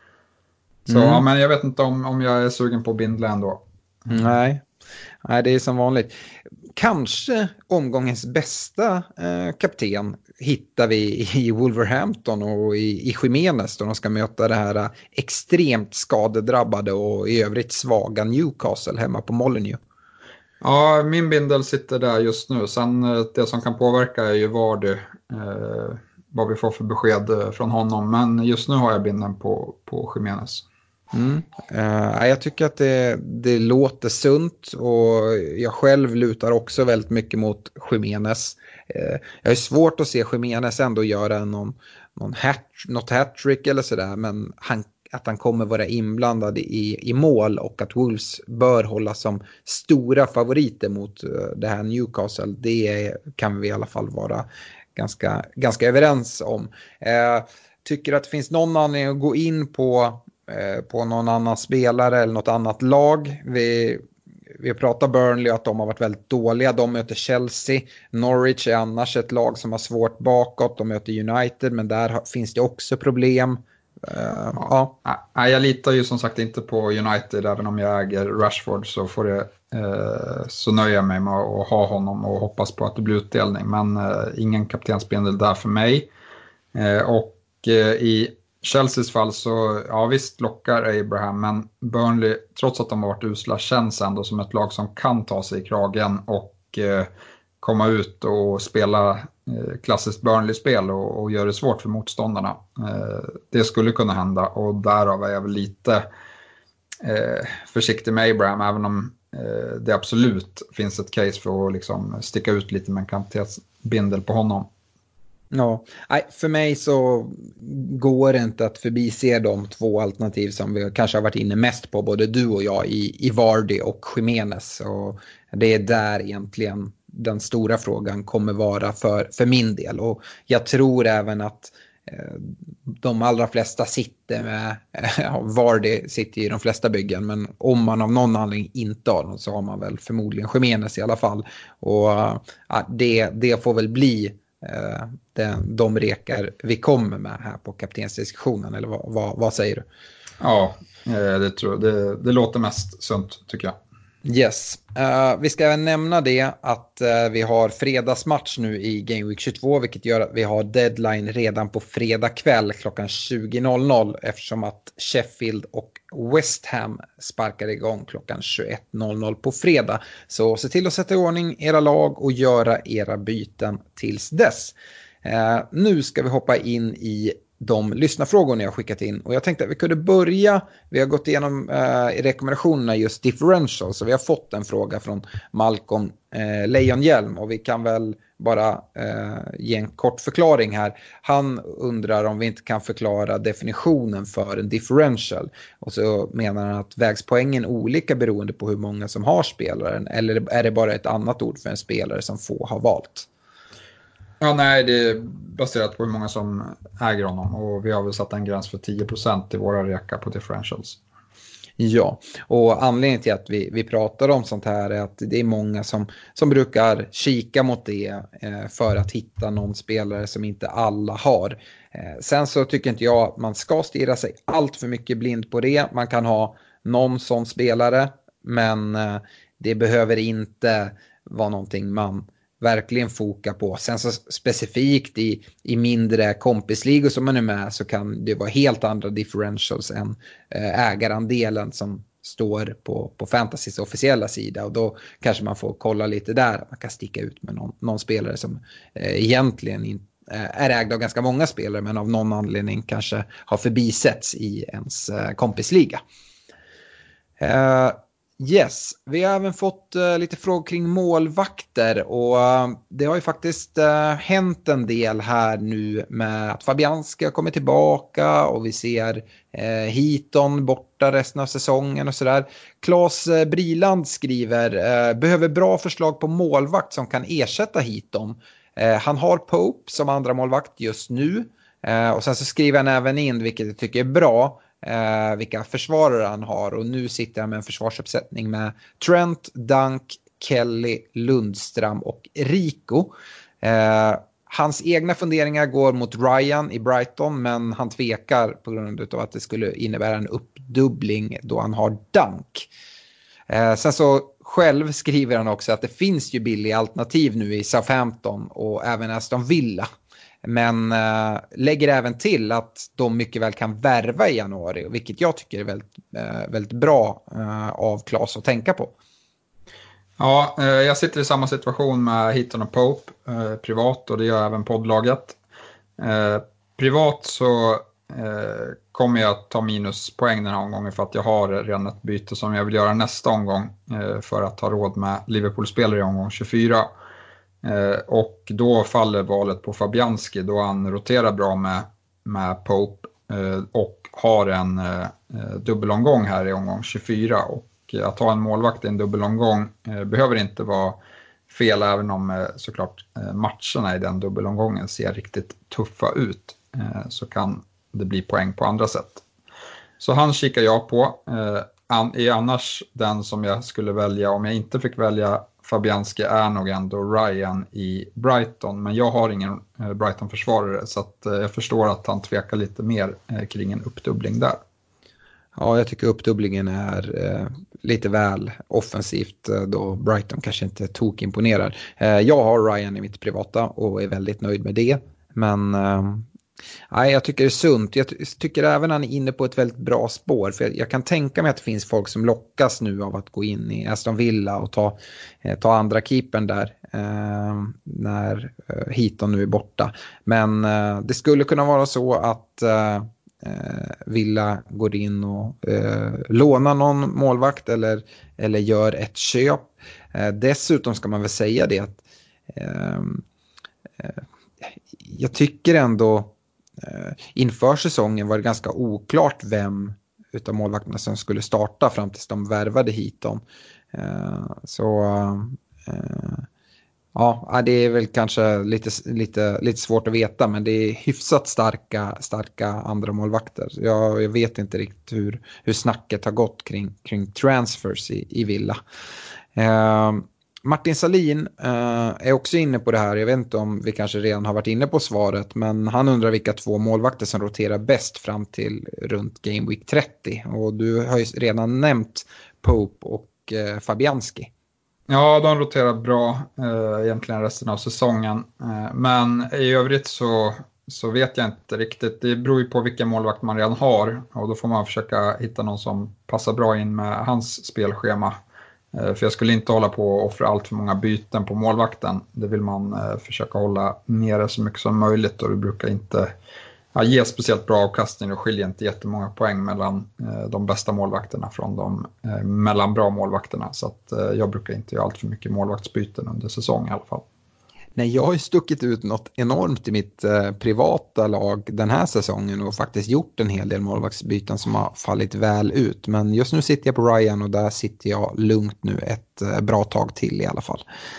Så Mm. ja, men jag vet inte om, om jag är sugen på Bindle ändå. Nej. Nej, det är som vanligt. Kanske omgångens bästa eh, kapten hittar vi i Wolverhampton och i, i Jimenez då de ska möta det här eh, extremt skadedrabbade och i övrigt svaga Newcastle hemma på Molineux. Ja, min bindel sitter där just nu. Sen eh, det som kan påverka är ju vad, det, eh, vad vi får för besked eh, från honom. Men just nu har jag bindeln på, på Jimenez. Mm. Uh, jag tycker att det, det låter sunt och jag själv lutar också väldigt mycket mot Jimenez. Uh, jag har svårt att se Jimenez ändå göra någon, någon hat, något hattrick eller sådär, men han, att han kommer vara inblandad i, i mål och att Wolves bör hålla som stora favoriter mot uh, det här Newcastle, det kan vi i alla fall vara ganska, ganska överens om. Uh, tycker att det finns någon anledning att gå in på på någon annan spelare eller något annat lag. Vi, vi pratar Burnley att de har varit väldigt dåliga. De möter Chelsea. Norwich är annars ett lag som har svårt bakåt. De möter United, men där har, finns det också problem. Uh, ja. Ja. Jag litar ju som sagt inte på United, även om jag äger Rashford så, får det, eh, så nöjer jag mig med att ha honom och hoppas på att det blir utdelning. Men eh, ingen kaptensbindel där för mig. Eh, och eh, i Chelseas fall så, ja visst lockar Abraham, men Burnley, trots att de har varit usla, känns ändå som ett lag som kan ta sig i kragen och eh, komma ut och spela eh, klassiskt Burnley-spel och, och göra det svårt för motståndarna. Eh, det skulle kunna hända och därav är jag väl lite eh, försiktig med Abraham, även om eh, det absolut finns ett case för att liksom sticka ut lite med en kaptensbindel på honom. Ja, nej, för mig så går det inte att förbise de två alternativ som vi kanske har varit inne mest på, både du och jag, i, i Vardy och Jimenez. Och det är där egentligen den stora frågan kommer vara för, för min del. Och jag tror även att eh, de allra flesta sitter med, ja, Vardy sitter i de flesta byggen, men om man av någon anledning inte har dem så har man väl förmodligen Jimenez i alla fall. Och ja, det, det får väl bli De, de rekar vi kommer med här på kaptensdiskussionen, eller vad, vad, vad säger du? Ja, det, tror, det, det låter mest sunt tycker jag. Yes, uh, vi ska även nämna det att uh, vi har fredagsmatch nu i Game Week tjugotvå, vilket gör att vi har deadline redan på fredag kväll klockan tjugo noll noll, eftersom att Sheffield och West Ham sparkar igång klockan tjugoett noll noll på fredag. Så se till att sätta i ordning era lag och göra era byten tills dess. Uh, nu ska vi hoppa in i de lyssnarfrågorna jag skickat in. Och jag tänkte att vi kunde börja, vi har gått igenom eh, i rekommendationerna just differential, så vi har fått en fråga från Malcolm eh, Lejonhjelm och vi kan väl bara eh, ge en kort förklaring här. Han undrar om vi inte kan förklara definitionen för en differential, och så menar han att vägs poängen olika beroende på hur många som har spelaren, eller är det bara ett annat ord för en spelare som få har valt? Ja, nej, det är baserat på hur många som äger honom och vi har väl satt en gräns för tio procent i våra rekar på differentials. Ja, och anledningen till att vi, vi pratar om sånt här är att det är många som, som brukar kika mot det eh, för att hitta någon spelare som inte alla har. Eh, sen så tycker inte jag att man ska stirra sig allt för mycket blind på det. Man kan ha någon sån spelare, men eh, det behöver inte vara någonting man verkligen foka på. Sen så specifikt i, i mindre kompisligor som man är med, så kan det vara helt andra differentials än ägarandelen som står på, på Fantasys officiella sida, och då kanske man får kolla lite där. Man kan sticka ut med någon, någon spelare som eh, egentligen in, eh, är ägd av ganska många spelare, men av någon anledning kanske har förbisetts i ens eh, kompisliga. Eh, Yes, vi har även fått uh, lite frågor kring målvakter och uh, det har ju faktiskt uh, hänt en del här nu med att Fabianski har kommit tillbaka och vi ser uh, Heaton borta resten av säsongen och sådär. Claes uh, Briland skriver, uh, behöver bra förslag på målvakt som kan ersätta Heaton. Uh, han har Pope som andra målvakt just nu uh, och sen så skriver han även in, vilket jag tycker är bra, Eh, vilka försvarare han har, och nu sitter han med en försvarsuppsättning med Trent, Dunk, Kelly, Lundström och Rico. Eh, hans egna funderingar går mot Ryan i Brighton, men han tvekar på grund av att det skulle innebära en uppdubbling då han har Dunk. Eh, sen så själv skriver han också att det finns ju billiga alternativ nu i Southampton och även Aston Villa. Men äh, lägger även till att de mycket väl kan värva i januari, vilket jag tycker är väldigt, äh, väldigt bra äh, av Claes att tänka på. Ja, eh, jag sitter i samma situation med Heaton och Pope eh, privat, och det gör även poddlaget. Eh, privat så eh, kommer jag ta minuspoäng den här omgången för att jag har redan ett byte som jag vill göra nästa omgång eh, för att ha råd med Liverpool-spelare i omgång tjugofyra. Eh, och då faller valet på Fabianski då han roterar bra med, med Pope eh, och har en eh, dubbelomgång här i omgång tjugofyra. Och att ha en målvakt i en dubbelomgång eh, behöver inte vara fel, även om eh, såklart eh, matcherna i den dubbelomgången ser riktigt tuffa ut. Eh, så kan det bli poäng på andra sätt. Så han kikar jag på. Eh, an, är annars den som jag skulle välja om jag inte fick välja Fabianski är nog ändå Ryan i Brighton, men jag har ingen eh, Brighton-försvarare, så att, eh, jag förstår att han tvekar lite mer eh, kring en uppdubbling där. Ja, jag tycker uppdubblingen är eh, lite väl offensivt eh, då Brighton kanske inte tok imponerar. Eh, jag har Ryan i mitt privata och är väldigt nöjd med det, men eh, nej, jag tycker det är sunt. Jag ty- tycker även han är inne på ett väldigt bra spår. För jag, jag kan tänka mig att det finns folk som lockas nu av att gå in i Aston Villa och ta, eh, ta andra keepern där eh, när eh, Heaton nu är borta. Men eh, det skulle kunna vara så att eh, Villa går in och eh, lånar någon målvakt eller, eller gör ett köp. Eh, dessutom ska man väl säga det att eh, eh, jag tycker ändå inför säsongen var det ganska oklart vem utav målvakterna som skulle starta fram tills de värvade Heaton. Så ja, det är väl kanske lite, lite, lite svårt att veta, men det är hyfsat starka, starka andra målvakter. Jag, jag vet inte riktigt hur, hur snacket har gått kring, kring transfers i, i Villa. Martin Salin uh, är också inne på det här. Jag vet inte om vi kanske redan har varit inne på svaret, men han undrar vilka två målvakter som roterar bäst fram till runt Game Week trettio. Och du har ju redan nämnt Pope och uh, Fabianski. Ja, de roterar bra uh, egentligen resten av säsongen. Uh, men i övrigt så, så vet jag inte riktigt. Det beror ju på vilka målvakt man redan har. Och då får man försöka hitta någon som passar bra in med hans spelschema. För jag skulle inte hålla på och offra allt för många byten på målvakten. Det vill man eh, försöka hålla nere så mycket som möjligt. Och det brukar inte ja, ge speciellt bra avkastning och skiljer inte jättemånga poäng mellan eh, de bästa målvakterna från de eh, mellan bra målvakterna. Så att, eh, jag brukar inte göra allt för mycket målvaktsbyten under säsong i alla fall. Nej, jag har ju stuckit ut något enormt i mitt eh, privata lag den här säsongen och faktiskt gjort en hel del målvaktsbyten som har fallit väl ut. Men just nu sitter jag på Ryan och där sitter jag lugnt nu ett eh, bra tag till i alla fall.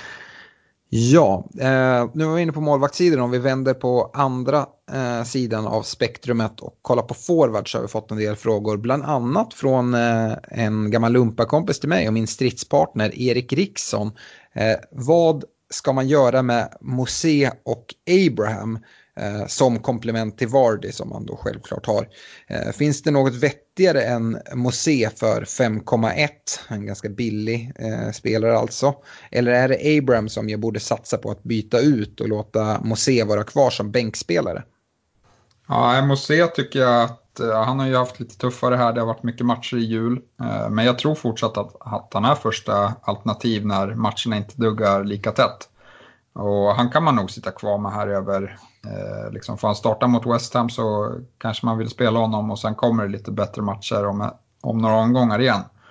Ja, eh, nu är vi inne på målvaktssidan. Om vi vänder på andra eh, sidan av spektrumet och kollar på forwards så har vi fått en del frågor. Bland annat från eh, en gammal lumparkompis till mig och min stridspartner Erik Riksson. Eh, vad ska man göra med Mosé och Abraham eh, som komplement till Vardy som man då självklart har? Eh, finns det något vettigare än Mosé för fem komma ett? En ganska billig eh, spelare alltså. Eller är det Abraham som jag borde satsa på att byta ut och låta Mosé vara kvar som bänkspelare? Ja, Mosé tycker jag att eh, han har ju haft lite tuffare här. Det har varit mycket matcher i jul. Eh, men jag tror fortsatt att, att han är första alternativ när matcherna inte duggar lika tätt. Och han kan man nog sitta kvar med här över. Eh, liksom får han starta mot West Ham så kanske man vill spela honom och sen kommer det lite bättre matcher om, om några omgångar igen.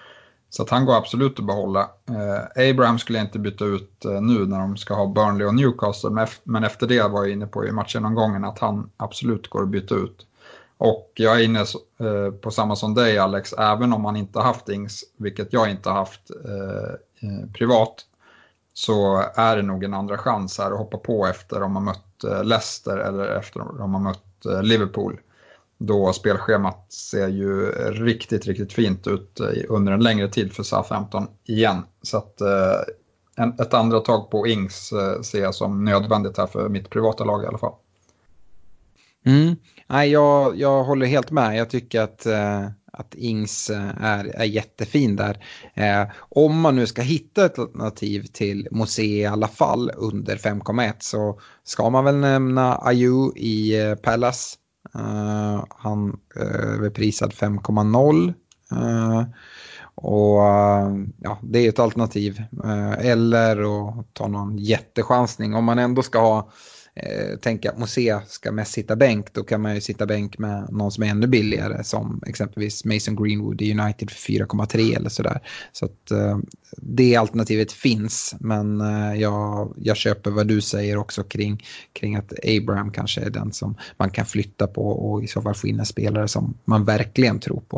Så att han går absolut att behålla. Eh, Abraham skulle jag inte byta ut eh, nu när de ska ha Burnley och Newcastle. Men, men efter det var jag inne på i matchen att han absolut går att byta ut. Och jag är inne eh, på samma som dig Alex, även om man inte har haft Ings, vilket jag inte har haft eh, eh, privat, så är det nog en andra chans här att hoppa på efter om man mött eh, Leicester eller efter om man mött eh, Liverpool. Då spelschemat ser ju riktigt, riktigt fint ut eh, under en längre tid för Southampton igen. Så att eh, en, ett andra tag på Ings eh, ser jag som nödvändigt här för mitt privata lag i alla fall. Mm. Nej, jag, jag håller helt med. Jag tycker att, eh, att Ings är, är jättefin där. Eh, om man nu ska hitta ett alternativ till Mosé i alla fall under fem komma ett så ska man väl nämna Ayew i eh, Palace. Uh, han uh, är prisad fem komma noll uh, och uh, ja, det är ett alternativ uh, eller att ta någon jättechansning om man ändå ska ha uh, tänka att Mosé ska mest sitta bänk, då kan man ju sitta bänk med någon som är ännu billigare som exempelvis Mason Greenwood i United för fyra komma tre eller sådär, så att uh, det alternativet finns, men uh, jag, jag köper vad du säger också kring, kring att Abraham kanske är den som man kan flytta på och i så fall få in en spelare som man verkligen tror på.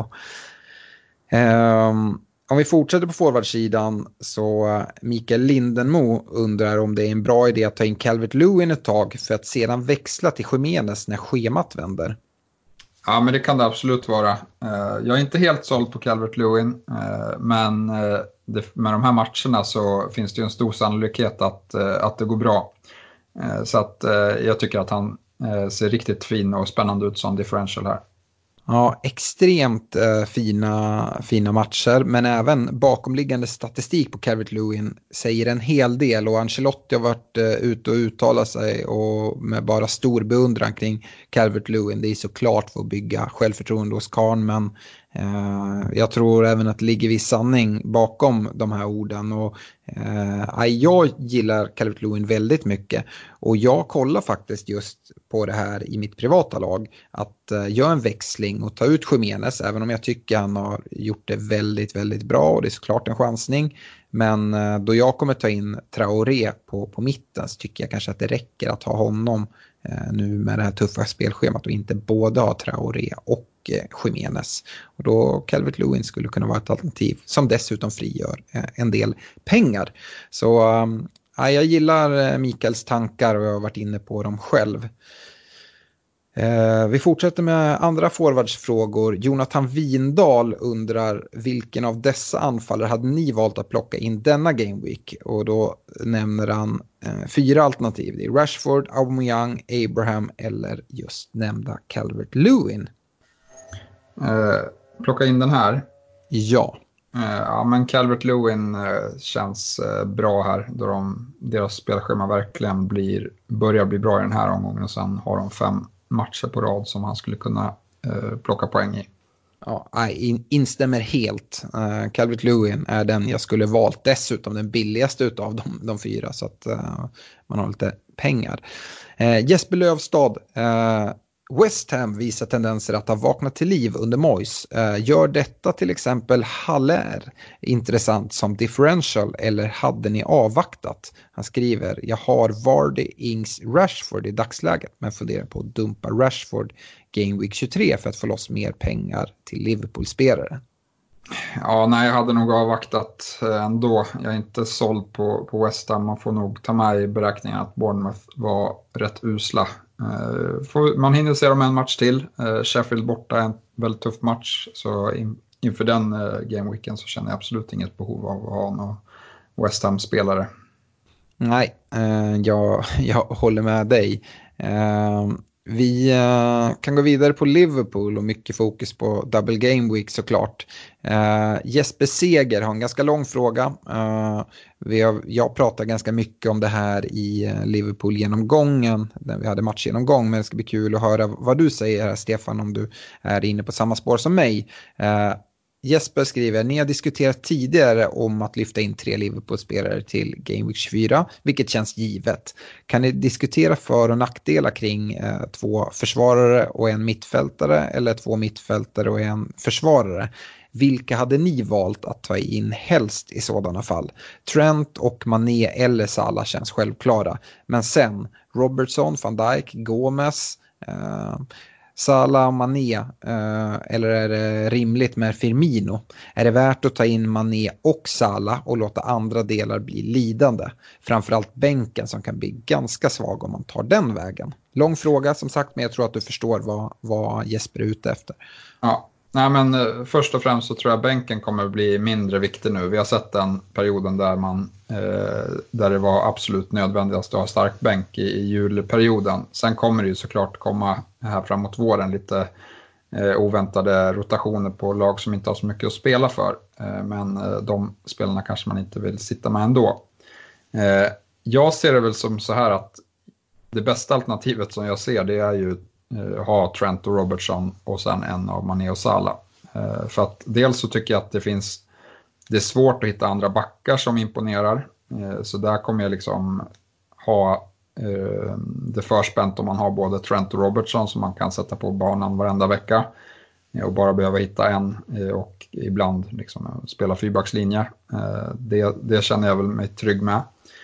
Um, om vi fortsätter på forwardsidan så uh, Mikael Lindenmo undrar om det är en bra idé att ta in Calvert-Lewin ett tag för att sedan växla till Jimenez när schemat vänder. Ja, men det kan det absolut vara. Jag är inte helt såld på Calvert-Lewin, men det, med de här matcherna så finns det ju en stor sannolikhet att, att det går bra. Så att jag tycker att han ser riktigt fin och spännande ut som differential här. Ja, extremt eh, fina, fina matcher, men även bakomliggande statistik på Calvert-Lewin säger en hel del, och Ancelotti har varit eh, ute och uttalat sig och med bara stor beundran kring Calvert-Lewin. Det är såklart för att bygga självförtroende hos Karn, men eh, jag tror även att det ligger viss sanning bakom de här orden, och eh, jag gillar Calvert-Lewin väldigt mycket, och jag kollar faktiskt just på det här i mitt privata lag, att eh, göra en växling och ta ut Jimenez, även om jag tycker han har gjort det väldigt, väldigt bra, och det är såklart en chansning. Men eh, då jag kommer ta in Traoré på, på mitten så tycker jag kanske att det räcker att ha honom eh, nu med det här tuffa spelschemat och inte både ha Traoré och eh, Jimenez. Och då Calvert-Lewin skulle kunna vara ett alternativ som dessutom frigör eh, en del pengar. Så um, ja, jag gillar eh, Mikaels tankar och jag har varit inne på dem själv. Eh, vi fortsätter med andra forwardsfrågor. Jonathan Windahl undrar vilken av dessa anfallare hade ni valt att plocka in denna Game Week? Och då nämner han eh, fyra alternativ. Det är Rashford, Aubameyang, Abraham eller just nämnda Calvert-Lewin. Eh, plocka in den här? Ja. Eh, ja, men Calvert-Lewin eh, känns eh, bra här då de, deras spelschema verkligen blir, börjar bli bra i den här omgången, och sen har de fem matcher på rad som han skulle kunna uh, plocka poäng i. Ja, jag in, instämmer helt. Uh, Calvert-Lewin är den jag skulle valt, dessutom den billigaste utav de, de fyra, så att uh, man har lite pengar. Uh, Jesper Lövstad, uh, West Ham visar tendenser att ha vaknat till liv under Moyes. Uh, gör detta till exempel Haller intressant som differential, eller hade ni avvaktat? Han skriver, jag har Vardy, Ings, Rashford i dagsläget, men funderar på att dumpa Rashford Game Week tjugotre för att få loss mer pengar till Liverpool-spelare. Ja, nej, jag hade nog avvaktat ändå. Jag är inte såld på, på West Ham. Man får nog ta med i beräkningen att Bournemouth var rätt usla. Man hinner se dem en match till. Sheffield borta är en väldigt tuff match, så in, inför den gameweeken så känner jag absolut inget behov av att ha någon West Ham-spelare. Nej, jag, jag håller med dig. Vi kan gå vidare på Liverpool och mycket fokus på Double Game Week såklart. Jesper Seger har en ganska lång fråga. Vi har, jag pratar ganska mycket om det här i Liverpool-genomgången när vi hade matchgenomgång, men det ska bli kul att höra vad du säger här, Stefan, om du är inne på samma spår som mig. Jesper skriver, ni har diskuterat tidigare om att lyfta in tre Liverpool-spelare till Game Week tjugofyra, vilket känns givet. Kan ni diskutera för- och nackdelar kring eh, två försvarare och en mittfältare, eller två mittfältare och en försvarare? Vilka hade ni valt att ta in helst i sådana fall? Trent och Mané eller Salah känns självklara. Men sen Robertson, Van Dijk, Gomez, eh, Salah, Mané, eh, eller är det rimligt med Firmino? Är det värt att ta in Mané och Salah och låta andra delar bli lidande? Framförallt bänken som kan bli ganska svag om man tar den vägen. Lång fråga som sagt, men jag tror att du förstår vad, vad Jesper är ute efter. Ja, nej men uh, först och främst så tror jag bänken kommer bli mindre viktig nu. Vi har sett den perioden där man uh, där det var absolut nödvändigast att ha stark bänk i, i julperioden. Sen kommer det ju såklart komma här framåt våren lite uh, oväntade rotationer på lag som inte har så mycket att spela för. Uh, men uh, de spelarna kanske man inte vill sitta med ändå. Uh, jag ser det väl som så här att det bästa alternativet som jag ser, det är ju eh, ha Trent och Robertson och sen en av Mané och Salah. Eh, för att dels så tycker jag att det finns, det är svårt att hitta andra backar som imponerar. Eh, så där kommer jag liksom ha eh, det förspänt om man har både Trent och Robertson som man kan sätta på banan varenda vecka. Eh, och bara behöva hitta en eh, och ibland liksom spela fyrbackslinjer. Eh, det, det känner jag väl mig trygg med.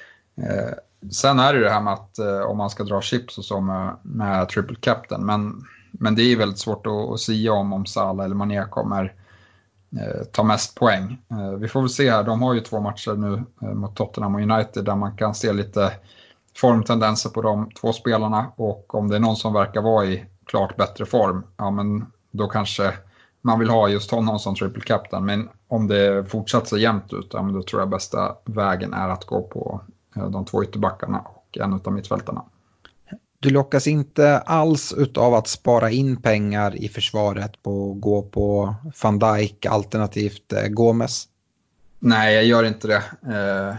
Eh, Sen är det det här med att eh, om man ska dra chips och så med, med triple captain. Men, men det är väldigt svårt att, att säga om om Salah eller Mané kommer eh, ta mest poäng. Eh, vi får väl se här, de har ju två matcher nu eh, mot Tottenham och United där man kan se lite formtendenser på de två spelarna. Och om det är någon som verkar vara i klart bättre form, ja men då kanske man vill ha just honom som triple captain. Men om det fortsätter så jämnt ut, ja, men då tror jag bästa vägen är att gå på de två ytterbackarna och en av mittfältarna. Du lockas inte alls utav att spara in pengar i försvaret på att gå på Van Dijk alternativt eh, Gomez? Nej, jag gör inte det. Eh,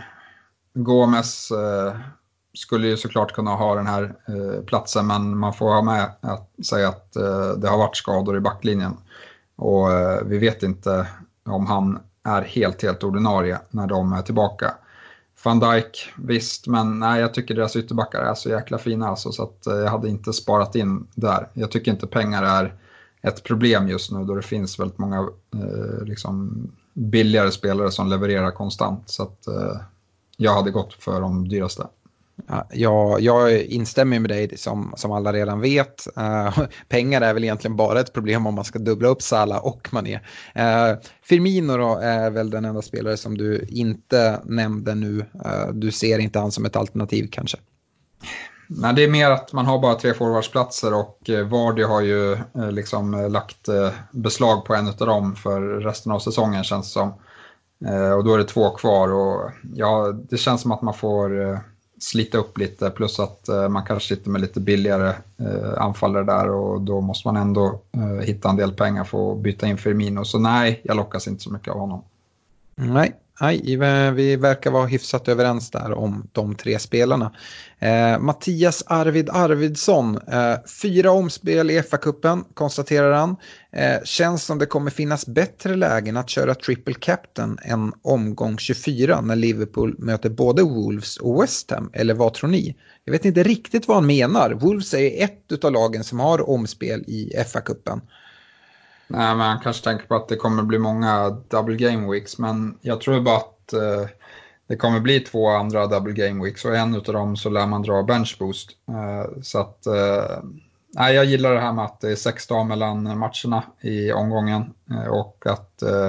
Gomez eh, skulle ju såklart kunna ha den här eh, platsen, men man får ha med att säga att eh, det har varit skador i backlinjen. Och eh, vi vet inte om han är helt, helt ordinarie när de är tillbaka. Van Dijk, visst, men nej, jag tycker deras ytterbackar är så jäkla fina alltså, så att jag hade inte sparat in där. Jag tycker inte pengar är ett problem just nu då det finns väldigt många eh, liksom billigare spelare som levererar konstant, så att eh, jag hade gått för de dyraste. Ja, jag, jag instämmer med dig som, som alla redan vet. Uh, pengar är väl egentligen bara ett problem om man ska dubbla upp Salah och Mané. Uh, Firmino då är väl den enda spelare som du inte nämnde nu. Uh, du ser inte han som ett alternativ kanske? Nej, det är mer att man har bara tre forwardsplatser och eh, Vardy har ju eh, liksom eh, lagt eh, beslag på en av dem för resten av säsongen känns det som. Eh, och då är det två kvar och ja, det känns som att man får eh, slita upp lite, plus att eh, man kanske sitter med lite billigare eh, anfallare där och då måste man ändå eh, hitta en del pengar för att byta in Firmino. Så nej, jag lockas inte så mycket av honom. Nej, nej vi verkar vara hyfsat överens där om de tre spelarna. Eh, Mattias Arvid Arvidsson, eh, fyra omspel i F A-cupen konstaterar han. Eh, känns som det kommer finnas bättre lägen att köra triple captain än omgång tjugofyra när Liverpool möter både Wolves och West Ham, eller vad tror ni? Jag vet inte riktigt vad han menar. Wolves är ett av lagen som har omspel i F A-cupen. Nej, men man kanske tänker på att det kommer bli många double game weeks, men jag tror bara att eh, det kommer bli två andra double game weeks och en av dem så lär man dra bench boost. Eh, så att eh, nej, jag gillar det här med att det är sex dagar mellan matcherna i omgången eh, och att eh,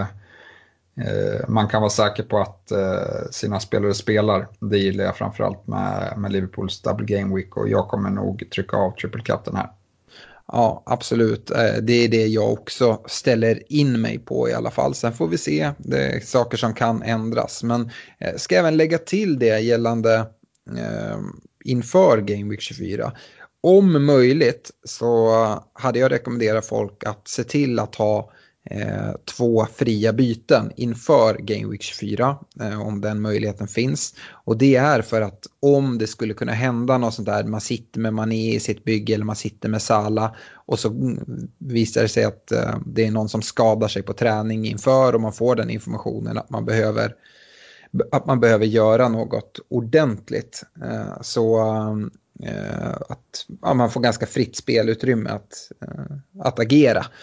eh, man kan vara säker på att eh, sina spelare spelar. Det gillar jag framförallt med, med Liverpools double game week och jag kommer nog trycka av triple captain här. Ja, absolut. Det är det jag också ställer in mig på i alla fall. Sen får vi se. Det är saker som kan ändras. Men ska även lägga till det gällande eh, inför Game Week tjugofyra. Om möjligt så hade jag rekommenderat folk att se till att ha eh, två fria byten inför Game Week tjugofyra eh, om den möjligheten finns. Och det är för att om det skulle kunna hända något sånt där, man sitter med Mané i sitt bygge eller man sitter med Salah och så visar det sig att eh, det är någon som skadar sig på träning inför och man får den informationen att man behöver att man behöver göra något ordentligt eh, så eh, att ja, man får ganska fritt spelutrymme att, eh, att agera.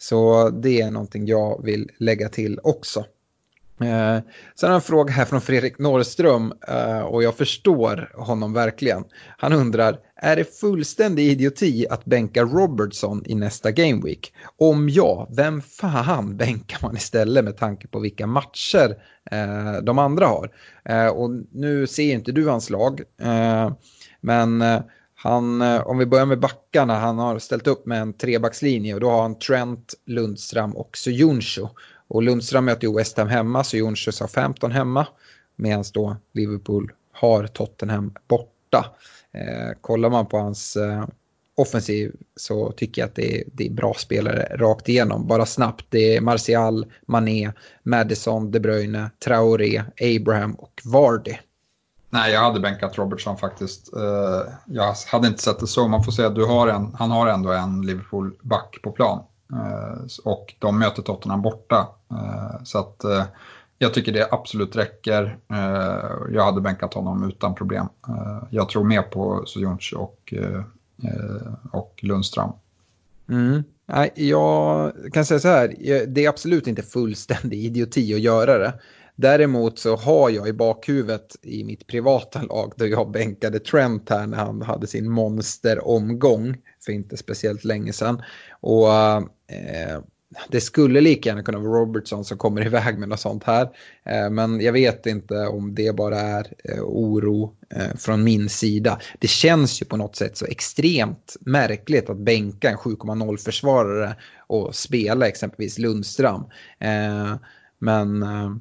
Så det är någonting jag vill lägga till också. Eh, sen har jag en fråga här från Fredrik Norrström eh, och jag förstår honom verkligen. Han undrar, är det fullständig idioti att bänka Robertson i nästa Game Week? Om ja, vem fan bänkar man istället med tanke på vilka matcher eh, de andra har? Eh, och nu ser inte du hans lag, eh, men eh, han, eh, om vi börjar med backarna, han har ställt upp med en trebackslinje och då har han Trent, Lundstram och Soyuncu. Och Lundstram möter ju West Ham hemma, så Soyuncu har femton hemma. Medan då Liverpool har Tottenham borta. Eh, kollar man på hans eh, offensiv så tycker jag att det är, det är bra spelare rakt igenom. Bara snabbt, det är Martial, Mané, Maddison, De Bruyne, Traoré, Abraham och Vardy. Nej, jag hade bänkat Robertson faktiskt. Uh, jag hade inte sett det så. Man får säga att du har en, han har ändå en Liverpool-back på plan. Uh, och de möter Tottenham borta. Uh, så att uh, jag tycker det absolut räcker. Uh, jag hade bänkat honom utan problem. Uh, jag tror mer på Soyuncu och, uh, uh, och Lundstram. Mm. Nej, jag kan säga så här. Det är absolut inte fullständig idioti att göra det. Däremot så har jag i bakhuvudet i mitt privata lag då jag bänkade Trent här när han hade sin monsteromgång för inte speciellt länge sedan. Och eh, det skulle lika gärna kunna vara Robertson som kommer iväg med något sånt här. Eh, men jag vet inte om det bara är eh, oro eh, från min sida. Det känns ju på något sätt så extremt märkligt att bänka en sju komma noll-försvarare och spela exempelvis Lundstram. Eh, men... Eh,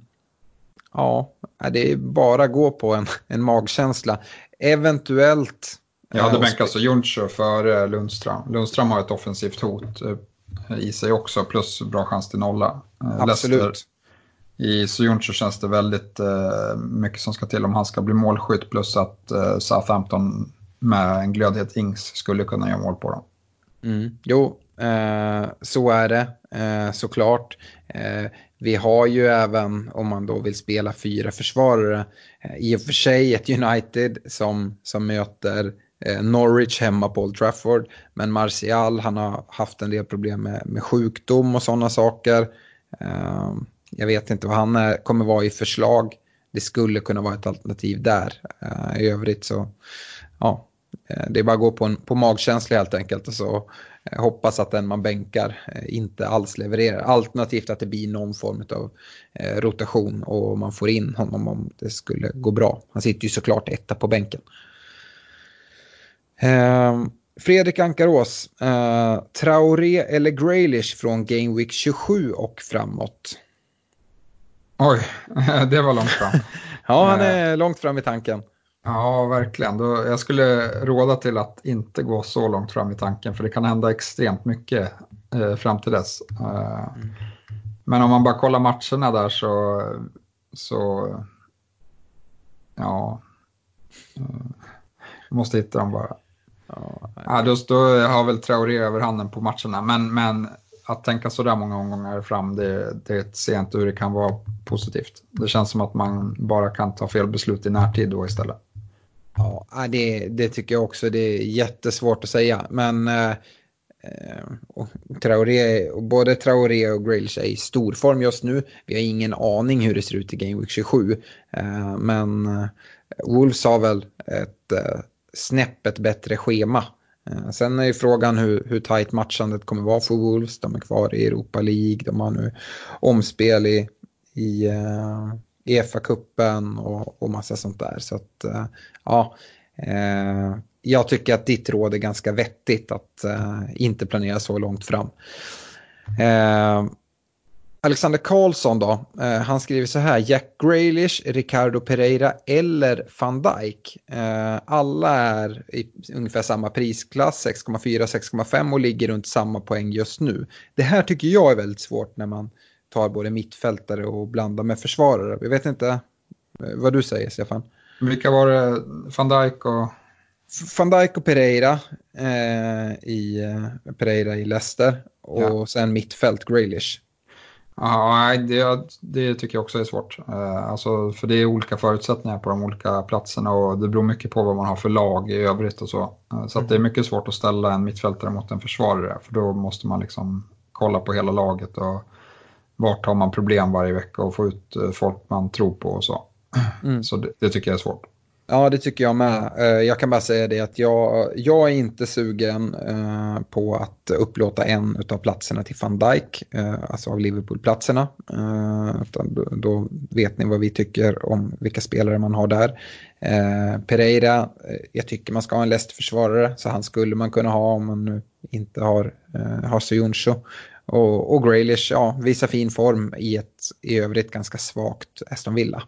Ja, det är bara att gå på en, en magkänsla. Eventuellt... Jag hade bänkat Soyuncu för Lundstram. Lundstram har ett offensivt hot i sig också, plus bra chans till nolla. Absolut. Leicester, i Soyuncu känns det väldigt uh, mycket som ska till om han ska bli målskytt, plus att uh, Southampton med en glödhet Ings skulle kunna göra mål på dem. Mm. Jo, eh, så är det eh, såklart. Eh, vi har ju även, om man då vill spela fyra försvarare, eh, i och för sig ett United som, som möter eh, Norwich hemma på Old Trafford. Men Martial, han har haft en del problem med, med sjukdom och sådana saker. Eh, jag vet inte vad han är, kommer vara i förslag. Det skulle kunna vara ett alternativ där. Eh, I övrigt så, ja. Det är bara att gå på, en, på magkänsla helt enkelt och så eh, hoppas att den man bänkar eh, inte alls levererar. Alternativt att det blir någon form av eh, rotation och man får in honom om det skulle gå bra. Han sitter ju såklart etta på bänken. Eh, Fredrik Ankarås, eh, Traoré eller Grealish från Game Week tjugosju och framåt? Oj, det var långt fram. Ja, han är långt fram i tanken. Ja, verkligen. Då, jag skulle råda till att inte gå så långt fram i tanken, för det kan hända extremt mycket eh, fram till dess. Eh, mm. Men om man bara kollar matcherna där så, så ja, eh, måste hitta dem bara. Ja, ja, då, då har väl Traoré över handen på matcherna, men, men att tänka så där många omgångar fram, det, det ser jag inte hur det kan vara positivt. Det känns som att man bara kan ta fel beslut i närtid då istället. Ja, det, det tycker jag också. Det är jättesvårt att säga. Men eh, och Traoré, och både Traoré och Grealish är i stor form just nu. Vi har ingen aning hur det ser ut i Game Week tjugosju. Eh, men eh, Wolves har väl ett eh, snäppet bättre schema. Eh, sen är ju frågan hur, hur tajt matchandet kommer vara för Wolves. De är kvar i Europa League. De har nu omspel i, i uh, E F A-cupen och, och massa sånt där. Så att, uh, ja, uh, jag tycker att ditt råd är ganska vettigt att uh, inte planera så långt fram. Uh, Alexander Karlsson då, uh, han skriver så här: Jack Grealish, Ricardo Pereira eller Van Dijk. Uh, alla är i ungefär samma prisklass, sex komma fyra, sex komma fem, och ligger runt samma poäng just nu. Det här tycker jag är väldigt svårt när man tar både mittfältare och blandar med försvarare. Jag vet inte vad du säger, Stefan. Vilka var det? Van Dijk och... Van Dijk och Pereira uh, i, uh, Pereira i Leicester och ja. Sen mittfält Grealish. Ja, det, det tycker jag också är svårt. Alltså, för det är olika förutsättningar på de olika platserna och det beror mycket på vad man har för lag i övrigt och så. Så att det är mycket svårt att ställa en mittfältare mot en försvarare, för då måste man liksom kolla på hela laget och vart har man problem varje vecka och få ut folk man tror på och så. Mm. Så det, det tycker jag är svårt. Ja, det tycker jag med. Jag kan bara säga det att jag, jag är inte sugen eh, på att upplåta en av platserna till Van Dijk, eh, alltså av Liverpool-platserna. Eh, då, då vet ni vad vi tycker om vilka spelare man har där. Eh, Pereira, jag tycker man ska ha en Leicester-försvarare, så han skulle man kunna ha om man nu inte har, eh, har Soyuncu. Och, och Grealish, ja, visar fin form i ett i övrigt ganska svagt Aston Villa.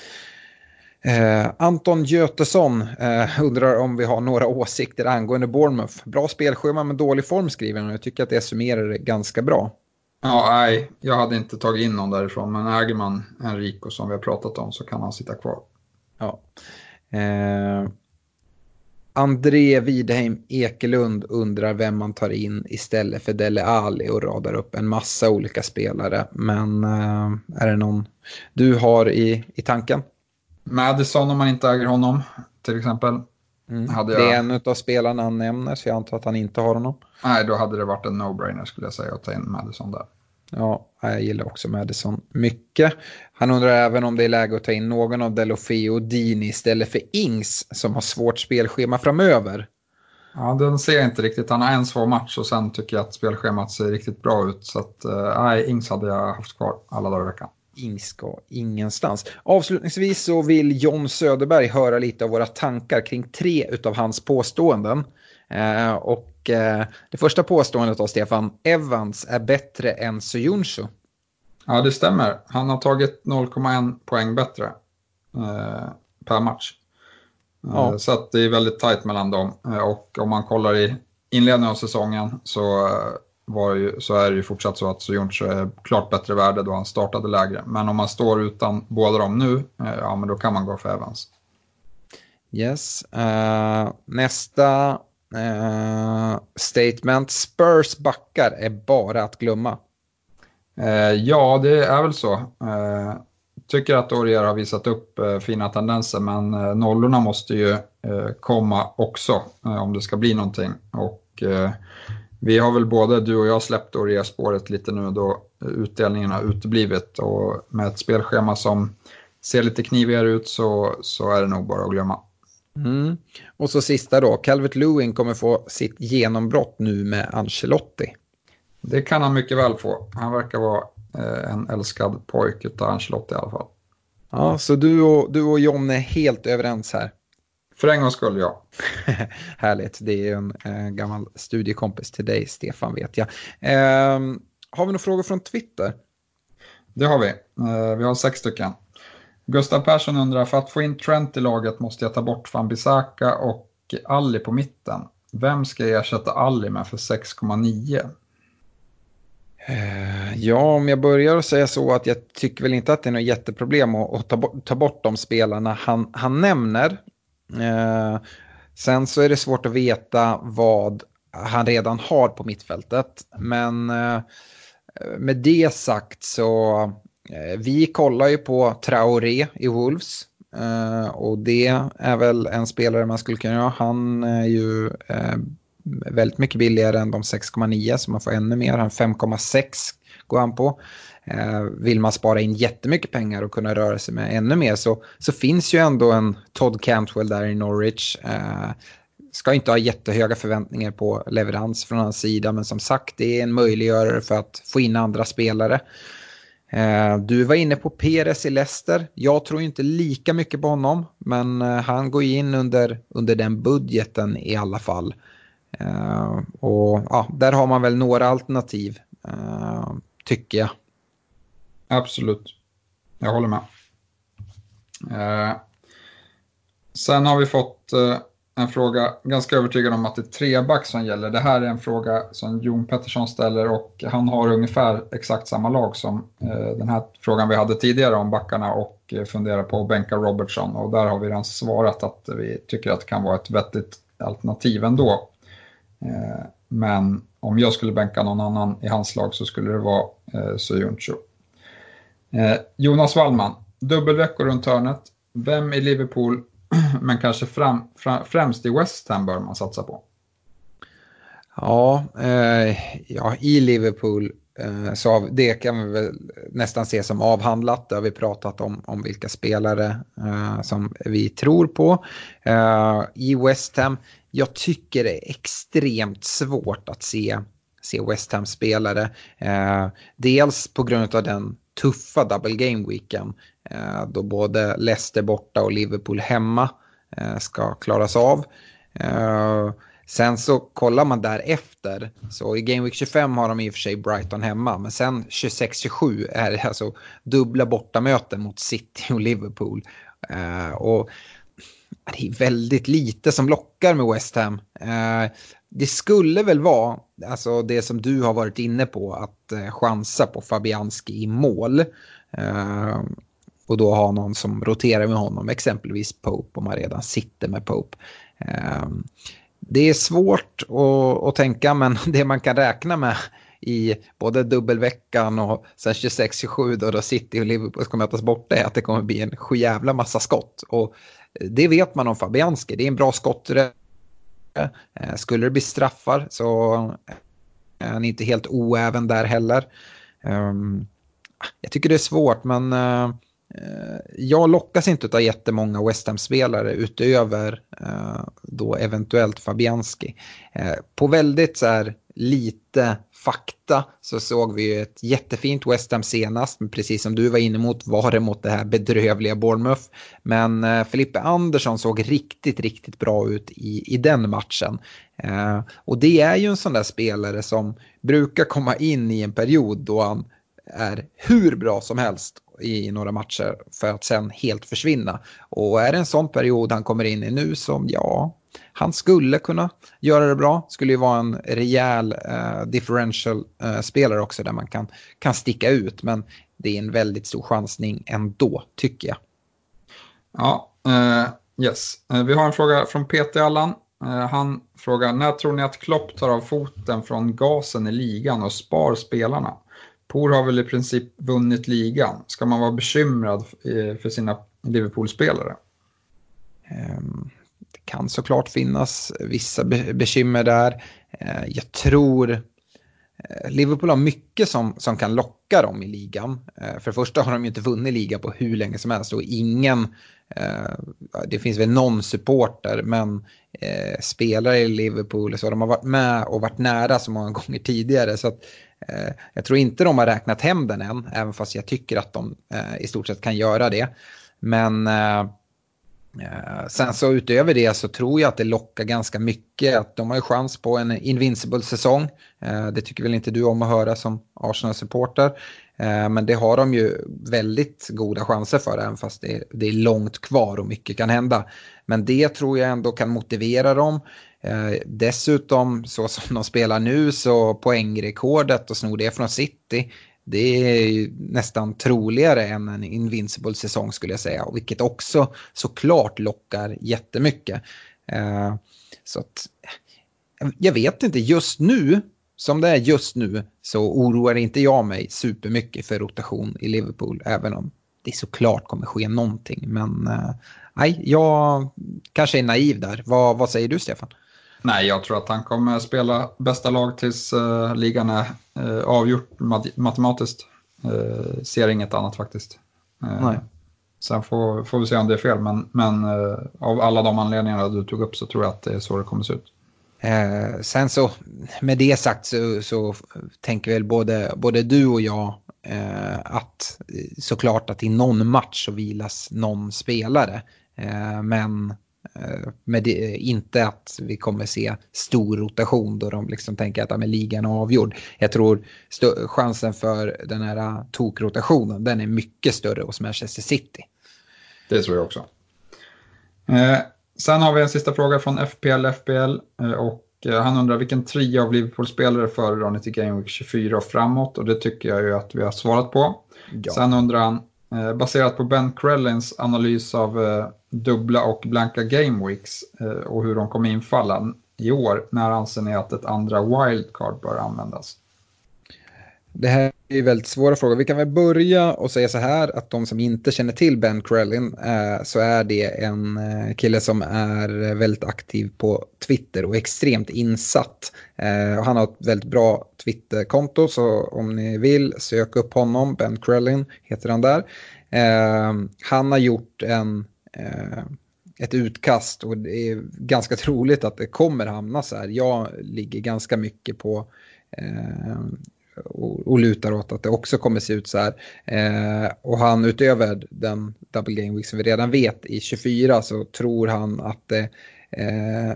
Eh, Anton Götesson eh, undrar om vi har några åsikter angående Bournemouth. Bra spelschema med dålig form, skriver han. Jag tycker att det summerar det ganska bra. Ja, nej, jag hade inte tagit in någon därifrån, men äger man Enrico som vi har pratat om så kan han sitta kvar. Ja. Eh, André Widheim Ekelund undrar vem man tar in istället för Dele Alli och radar upp en massa olika spelare. Men eh, är det någon du har i, i tanken? Maddison om man inte äger honom till exempel. Mm. Hade jag... Det är en av spelarna han nämner, så jag antar att han inte har honom. Nej, då hade det varit en no-brainer skulle jag säga att ta in Maddison där. Ja, jag gillar också Maddison mycket. Han undrar även om det är läge att ta in någon av Delofeo och Dini istället för Ings som har svårt spelschema framöver. Ja, den ser jag inte riktigt. Han har en svår match och sen tycker jag att spelschemat ser riktigt bra ut. Så att, nej, Ings hade jag haft kvar alla dagar i veckan. Ings ska ingenstans. Avslutningsvis så vill John Söderberg höra lite av våra tankar kring tre utav hans påståenden. Eh, och eh, det första påståendet av Stefan, Evans är bättre än Soyuncu. Ja, det stämmer. Han har tagit noll komma en poäng bättre eh, per match. Ja. Eh, så att det är väldigt tajt mellan dem. Eh, och om man kollar i inledningen av säsongen så, eh, var ju, så är det ju fortsatt så att Soyuncu är klart bättre värde då han startade lägre. Men om man står utan båda dem nu, eh, ja men då kan man gå för Evans. Yes. Uh, nästa uh, statement. Spurs backar är bara att glömma. Uh, ja, det är väl så. Uh, tycker att Aurier har visat upp uh, fina tendenser, men uh, nollorna måste ju uh, komma också uh, om det ska bli någonting. Och uh, vi har väl både du och jag släppt Aurier-spåret lite nu då utdelningen har uteblivit, och med ett spelschema som ser lite knivigare ut så, så är det nog bara att glömma. Mm. Och så sista då, Calvert-Lewin kommer få sitt genombrott nu med Ancelotti. Det kan han mycket väl få. Han verkar vara eh, en älskad pojk utav Ancelotti i alla fall. Ja, så du och, du och John är helt överens här. För en gång skulle jag. Härligt, det är en eh, gammal studiekompis till dig, Stefan, vet jag. Eh, har vi några frågor från Twitter? Det har vi. Eh, vi har sex stycken. Gustav Persson undrar, för att få in Trent i laget måste jag ta bort Van Bissaka och Alli på mitten. Vem ska jag ersätta Alli med för sex komma nio? Uh, ja, om jag börjar att säga så att jag tycker väl inte att det är något jätteproblem att, att ta, bort, ta bort de spelarna han, han nämner. Uh, sen så är det svårt att veta vad han redan har på mittfältet. Men uh, med det sagt så uh, vi kollar ju på Traoré i Wolves. Uh, och det är väl en spelare man skulle kunna göra. Han är ju uh, väldigt mycket billigare än de sex komma nio, så man får ännu mer. Han fem komma sex går han på. Uh, vill man spara in jättemycket pengar och kunna röra sig med ännu mer så, så finns ju ändå en Todd Cantwell där i Norwich. Uh, ska inte ha jättehöga förväntningar på leverans från hans sida, men som sagt, det är en möjliggörare för att få in andra spelare. Uh, du var inne på Perez i Leicester. Jag tror inte lika mycket på honom, men uh, han går in under, under den budgeten i alla fall. Uh, och ja, där har man väl några alternativ, uh, tycker jag. Absolut, jag håller med. Uh, sen har vi fått uh, en fråga, ganska övertygad om att det är treback som gäller. Det här är en fråga som Jon Pettersson ställer, och han har ungefär exakt samma lag som uh, den här frågan vi hade tidigare om backarna, och uh, funderar på att bänka Robertson. Och där har vi redan svarat att vi tycker att det kan vara ett vettigt alternativ ändå. Uh, men om jag skulle bänka någon annan i hans lag så skulle det vara uh, Soyuncu. Uh, Jonas Wallman, dubbelveckor runt hörnet. Vem i Liverpool men kanske fram, fram, främst i West Ham bör man satsa på? Ja, eh, ja, i Liverpool Så det kan vi väl nästan se som avhandlat. Där har vi pratat om, om vilka spelare uh, som vi tror på. Uh, I West Ham, jag tycker det är extremt svårt att se, se West Ham-spelare. Uh, dels på grund av den tuffa double game weekend. Uh, då både Leicester borta och Liverpool hemma uh, ska klaras av. Uh, Sen så kollar man därefter, så i Game Week tjugofem har de i och för sig Brighton hemma, men sen tjugosex tjugosju är det alltså dubbla bortamöten mot City och Liverpool. Uh, och det är väldigt lite som lockar med West Ham. Uh, det skulle väl vara alltså det som du har varit inne på, att uh, chansa på Fabianski i mål. Uh, och då ha någon som roterar med honom, exempelvis Pope, om man redan sitter med Pope. Uh, Det är svårt att, att tänka, men det man kan räkna med i både dubbelveckan och sen tjugosex tjugosju då, då City och Liverpool ska mötas borta är att det kommer bli en sjujävla massa skott. Och det vet man om Fabianski. Det är en bra skottare. Skulle det bli straffar så är han inte helt oäven där heller. Jag tycker det är svårt, men jag lockas inte av jättemånga West Ham-spelare utöver eh, då eventuellt Fabianski. Eh, på väldigt så här lite fakta så såg vi ju ett jättefint West Ham senast, men precis som du var inne mot var det mot det här bedrövliga Bournemouth. Men eh, Felipe Andersson såg riktigt, riktigt bra ut i, i den matchen. Eh, och det är ju en sån där spelare som brukar komma in i en period då han är hur bra som helst i några matcher för att sen helt försvinna. Och är det en sån period han kommer in i nu som, ja, han skulle kunna göra det bra. Skulle ju vara en rejäl uh, differential uh, spelare också där man kan, kan sticka ut. Men det är en väldigt stor chansning ändå, tycker jag. Ja, uh, yes. Uh, vi har en fråga från Peter Allan. Uh, han frågar, när tror ni att Klopp tar av foten från gasen i ligan och spar spelarna? Por har väl i princip vunnit ligan. Ska man vara bekymrad för sina Liverpool-spelare? Det kan såklart finnas vissa bekymmer där. Jag tror Liverpool har mycket som, som kan locka dem i ligan. För det första har de ju inte vunnit ligan på hur länge som helst. Och ingen, det finns väl någon supporter, men spelare i Liverpool så de har varit med och varit nära så många gånger tidigare. Så att jag tror inte de har räknat hem den än, även fast jag tycker att de eh, i stort sett kan göra det. Men eh, sen så utöver det så tror jag att det lockar ganska mycket att de har ju chans på en invincible-säsong. Eh, det tycker väl inte du om att höra som Arsenal-supporter. Eh, men det har de ju väldigt goda chanser för, även fast det, det är långt kvar och mycket kan hända. Men det tror jag ändå kan motivera dem. Eh, dessutom så som de spelar nu så poängrekordet och snor det från City, det är ju nästan troligare än en invincible säsong skulle jag säga, och vilket också såklart lockar jättemycket. Eh, så att, jag vet inte, just nu som det är just nu så oroar inte jag mig supermycket för rotation i Liverpool, även om det såklart kommer ske någonting. Men eh, nej, jag kanske är naiv där. Vad, vad säger du, Stefan? Nej, jag tror att han kommer spela bästa lag tills uh, ligan är uh, avgjort mat- matematiskt. Uh, ser inget annat faktiskt. Uh, Nej. Sen får, får vi se om det är fel, men, men uh, av alla de anledningarna du tog upp så tror jag att det är så det kommer se ut. Eh, sen så, med det sagt så, så tänker väl både, både du och jag eh, att såklart att i någon match så vilas någon spelare. Eh, men med det, inte att vi kommer se stor rotation då de liksom tänker att ja, men ligan är avgjord. Jag tror st- chansen för den här tokrotationen, den är mycket större hos Manchester City. Det tror jag också. Eh, sen har vi en sista fråga från F P L F P L eh, och eh, han undrar vilken trio av Liverpool-spelare föredrar ni till Game Week tjugofyra och framåt, och det tycker jag ju att vi har svarat på. Ja. Sen undrar han, eh, baserat på Ben Crellins analys av eh, dubbla och blanka Game Weeks eh, och hur de kommer infalla i år, när anser ni att ett andra wildcard bör användas? Det här är är väldigt svåra frågor. Vi kan väl börja och säga så här att de som inte känner till Ben Crellin eh, så är det en eh, kille som är väldigt aktiv på Twitter och extremt insatt. Eh, och han har ett väldigt bra Twitterkonto, så om ni vill sök upp honom. Ben Crellin heter han där. Eh, han har gjort en... Eh, ett utkast och det är ganska troligt att det kommer hamna så här. Jag ligger ganska mycket på eh, och, och lutar åt att det också kommer se ut så här. Eh, och han utöver den double game week som vi redan vet i tjugofyra så tror han att det eh,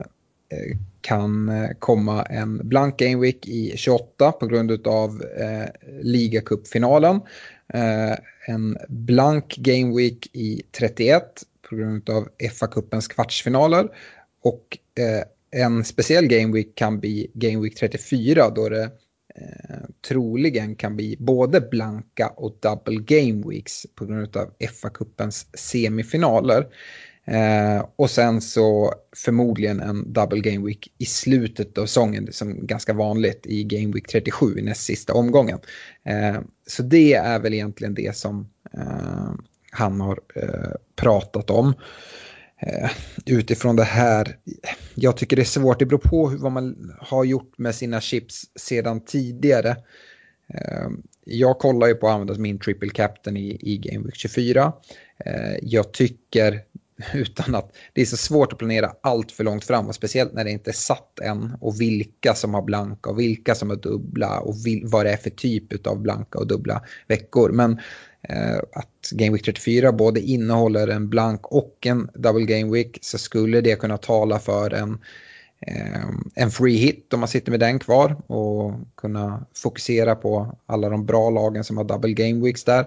kan komma en blank game week i tjugoåtta på grund av eh, ligacupfinalen. Eh, en blank game week i trettioett på grund av F A-cupens kvartsfinaler och eh, en speciell game week kan bli game week trettiofyra då det eh, troligen kan bli både blanka och double game weeks på grund av F A-cupens semifinaler. Eh, och sen så förmodligen en double game week i slutet av säsongen som ganska vanligt i game week trettiosju i näst sista omgången. Eh, så det är väl egentligen det som eh, han har eh, pratat om. Eh, utifrån det här, jag tycker det är svårt, det beror på hur, vad man har gjort med sina chips sedan tidigare. Eh, jag kollar ju på att använda min triple captain i, i game week tjugofyra. Eh, jag tycker utan att det är så svårt att planera allt för långt fram och speciellt när det inte är satt än och vilka som har blanka och vilka som har dubbla och vil, vad det är för typ av blanka och dubbla veckor. Men eh, att Game Week trettiofyra både innehåller en blank och en double Game Week så skulle det kunna tala för en, eh, en free hit om man sitter med den kvar och kunna fokusera på alla de bra lagen som har double Game Weeks där.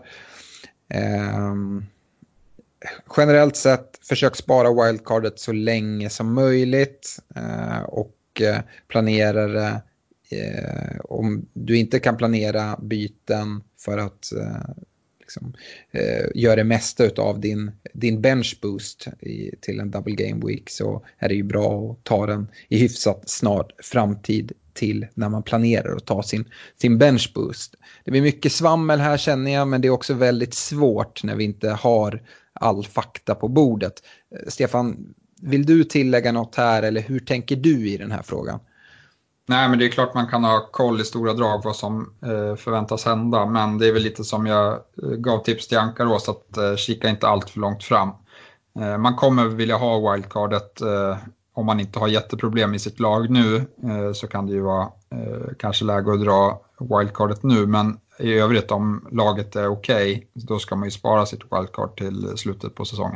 Eh, Generellt sett, försök spara wildcardet så länge som möjligt eh, och eh, planera det. Eh, om du inte kan planera byten för att eh, liksom, eh, göra det mesta av din, din bench boost i, till en double game week så är det ju bra att ta den i hyfsat snart framtid till när man planerar att ta sin, sin bench boost. Det blir mycket svammel här känner jag, men det är också väldigt svårt när vi inte har all fakta på bordet. Stefan, vill du tillägga något här eller hur tänker du i den här frågan? Nej, men det är klart man kan ha koll i stora drag vad som eh, förväntas hända, men det är väl lite som jag eh, gav tips till Ankarås att eh, kika inte allt för långt fram. Eh, man kommer vilja ha wildcardet eh, om man inte har jätteproblem i sitt lag nu eh, så kan det ju vara eh, kanske läge att dra wildcardet nu, men i övrigt om laget är okej okay, då ska man ju spara sitt wildcard till slutet på säsongen.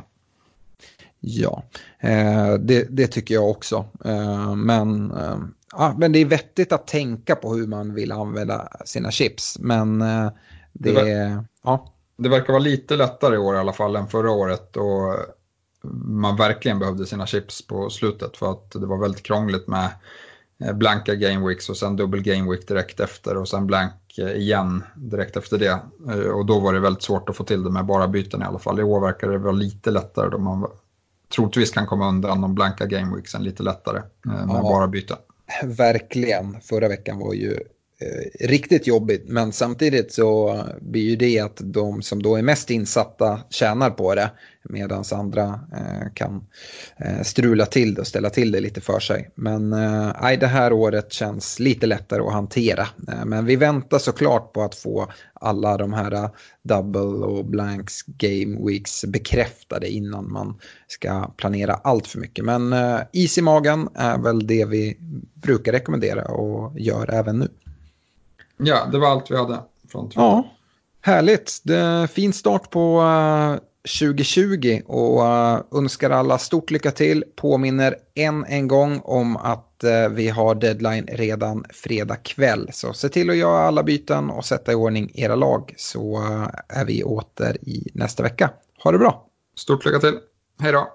Ja, eh, det, det tycker jag också. Eh, men, eh, ja, men det är vettigt att tänka på hur man vill använda sina chips. Men eh, det, det, ver- ja. det verkar vara lite lättare i år i alla fall än förra året. Och man verkligen behövde sina chips på slutet för att det var väldigt krångligt med blanka game weeks och sen dubbel game week direkt efter och sen blank igen direkt efter det. Och då var det väldigt svårt att få till det med bara byten i alla fall. I år verkar det vara lite lättare då man troligtvis kan komma undan de blanka game weeksen lite lättare med ja, bara byten. Verkligen. Förra veckan var ju eh, riktigt jobbigt, men samtidigt så blir ju det att de som då är mest insatta tjänar på det medan andra eh, kan eh, strula till det och ställa till det lite för sig. Men eh, det här året känns lite lättare att hantera. Eh, men vi väntar såklart på att få alla de här uh, double och blanks game weeks bekräftade innan man ska planera allt för mycket. Men uh, is i magen är väl det vi brukar rekommendera och gör även nu. Ja, det var allt vi hade från Twitter. Ja, härligt. Det är fin start på uh, tjugo tjugo och uh, önskar alla stort lycka till. Påminner än en gång om att uh, vi har deadline redan fredag kväll. Så se till att göra alla byten och sätta i ordning era lag så uh, är vi åter i nästa vecka. Ha det bra. Stort lycka till. Hej då.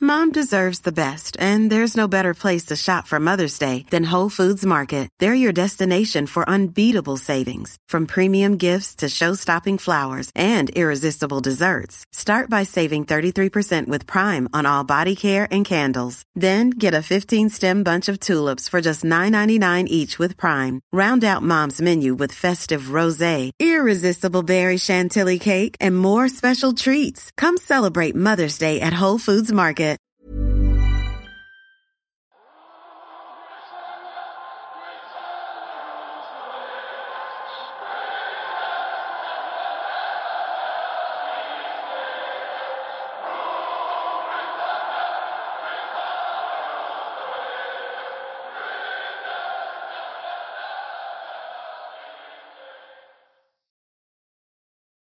Mom deserves the best, and there's no better place to shop for Mother's Day than Whole Foods Market. They're your destination for unbeatable savings, from premium gifts to show-stopping flowers and irresistible desserts. Start by saving thirty-three percent with Prime on all body care and candles. Then get a fifteen-stem bunch of tulips for just nine ninety-nine each with Prime. Round out Mom's menu with festive rosé, irresistible berry chantilly cake, and more special treats. Come celebrate Mother's Day at Whole Foods Market.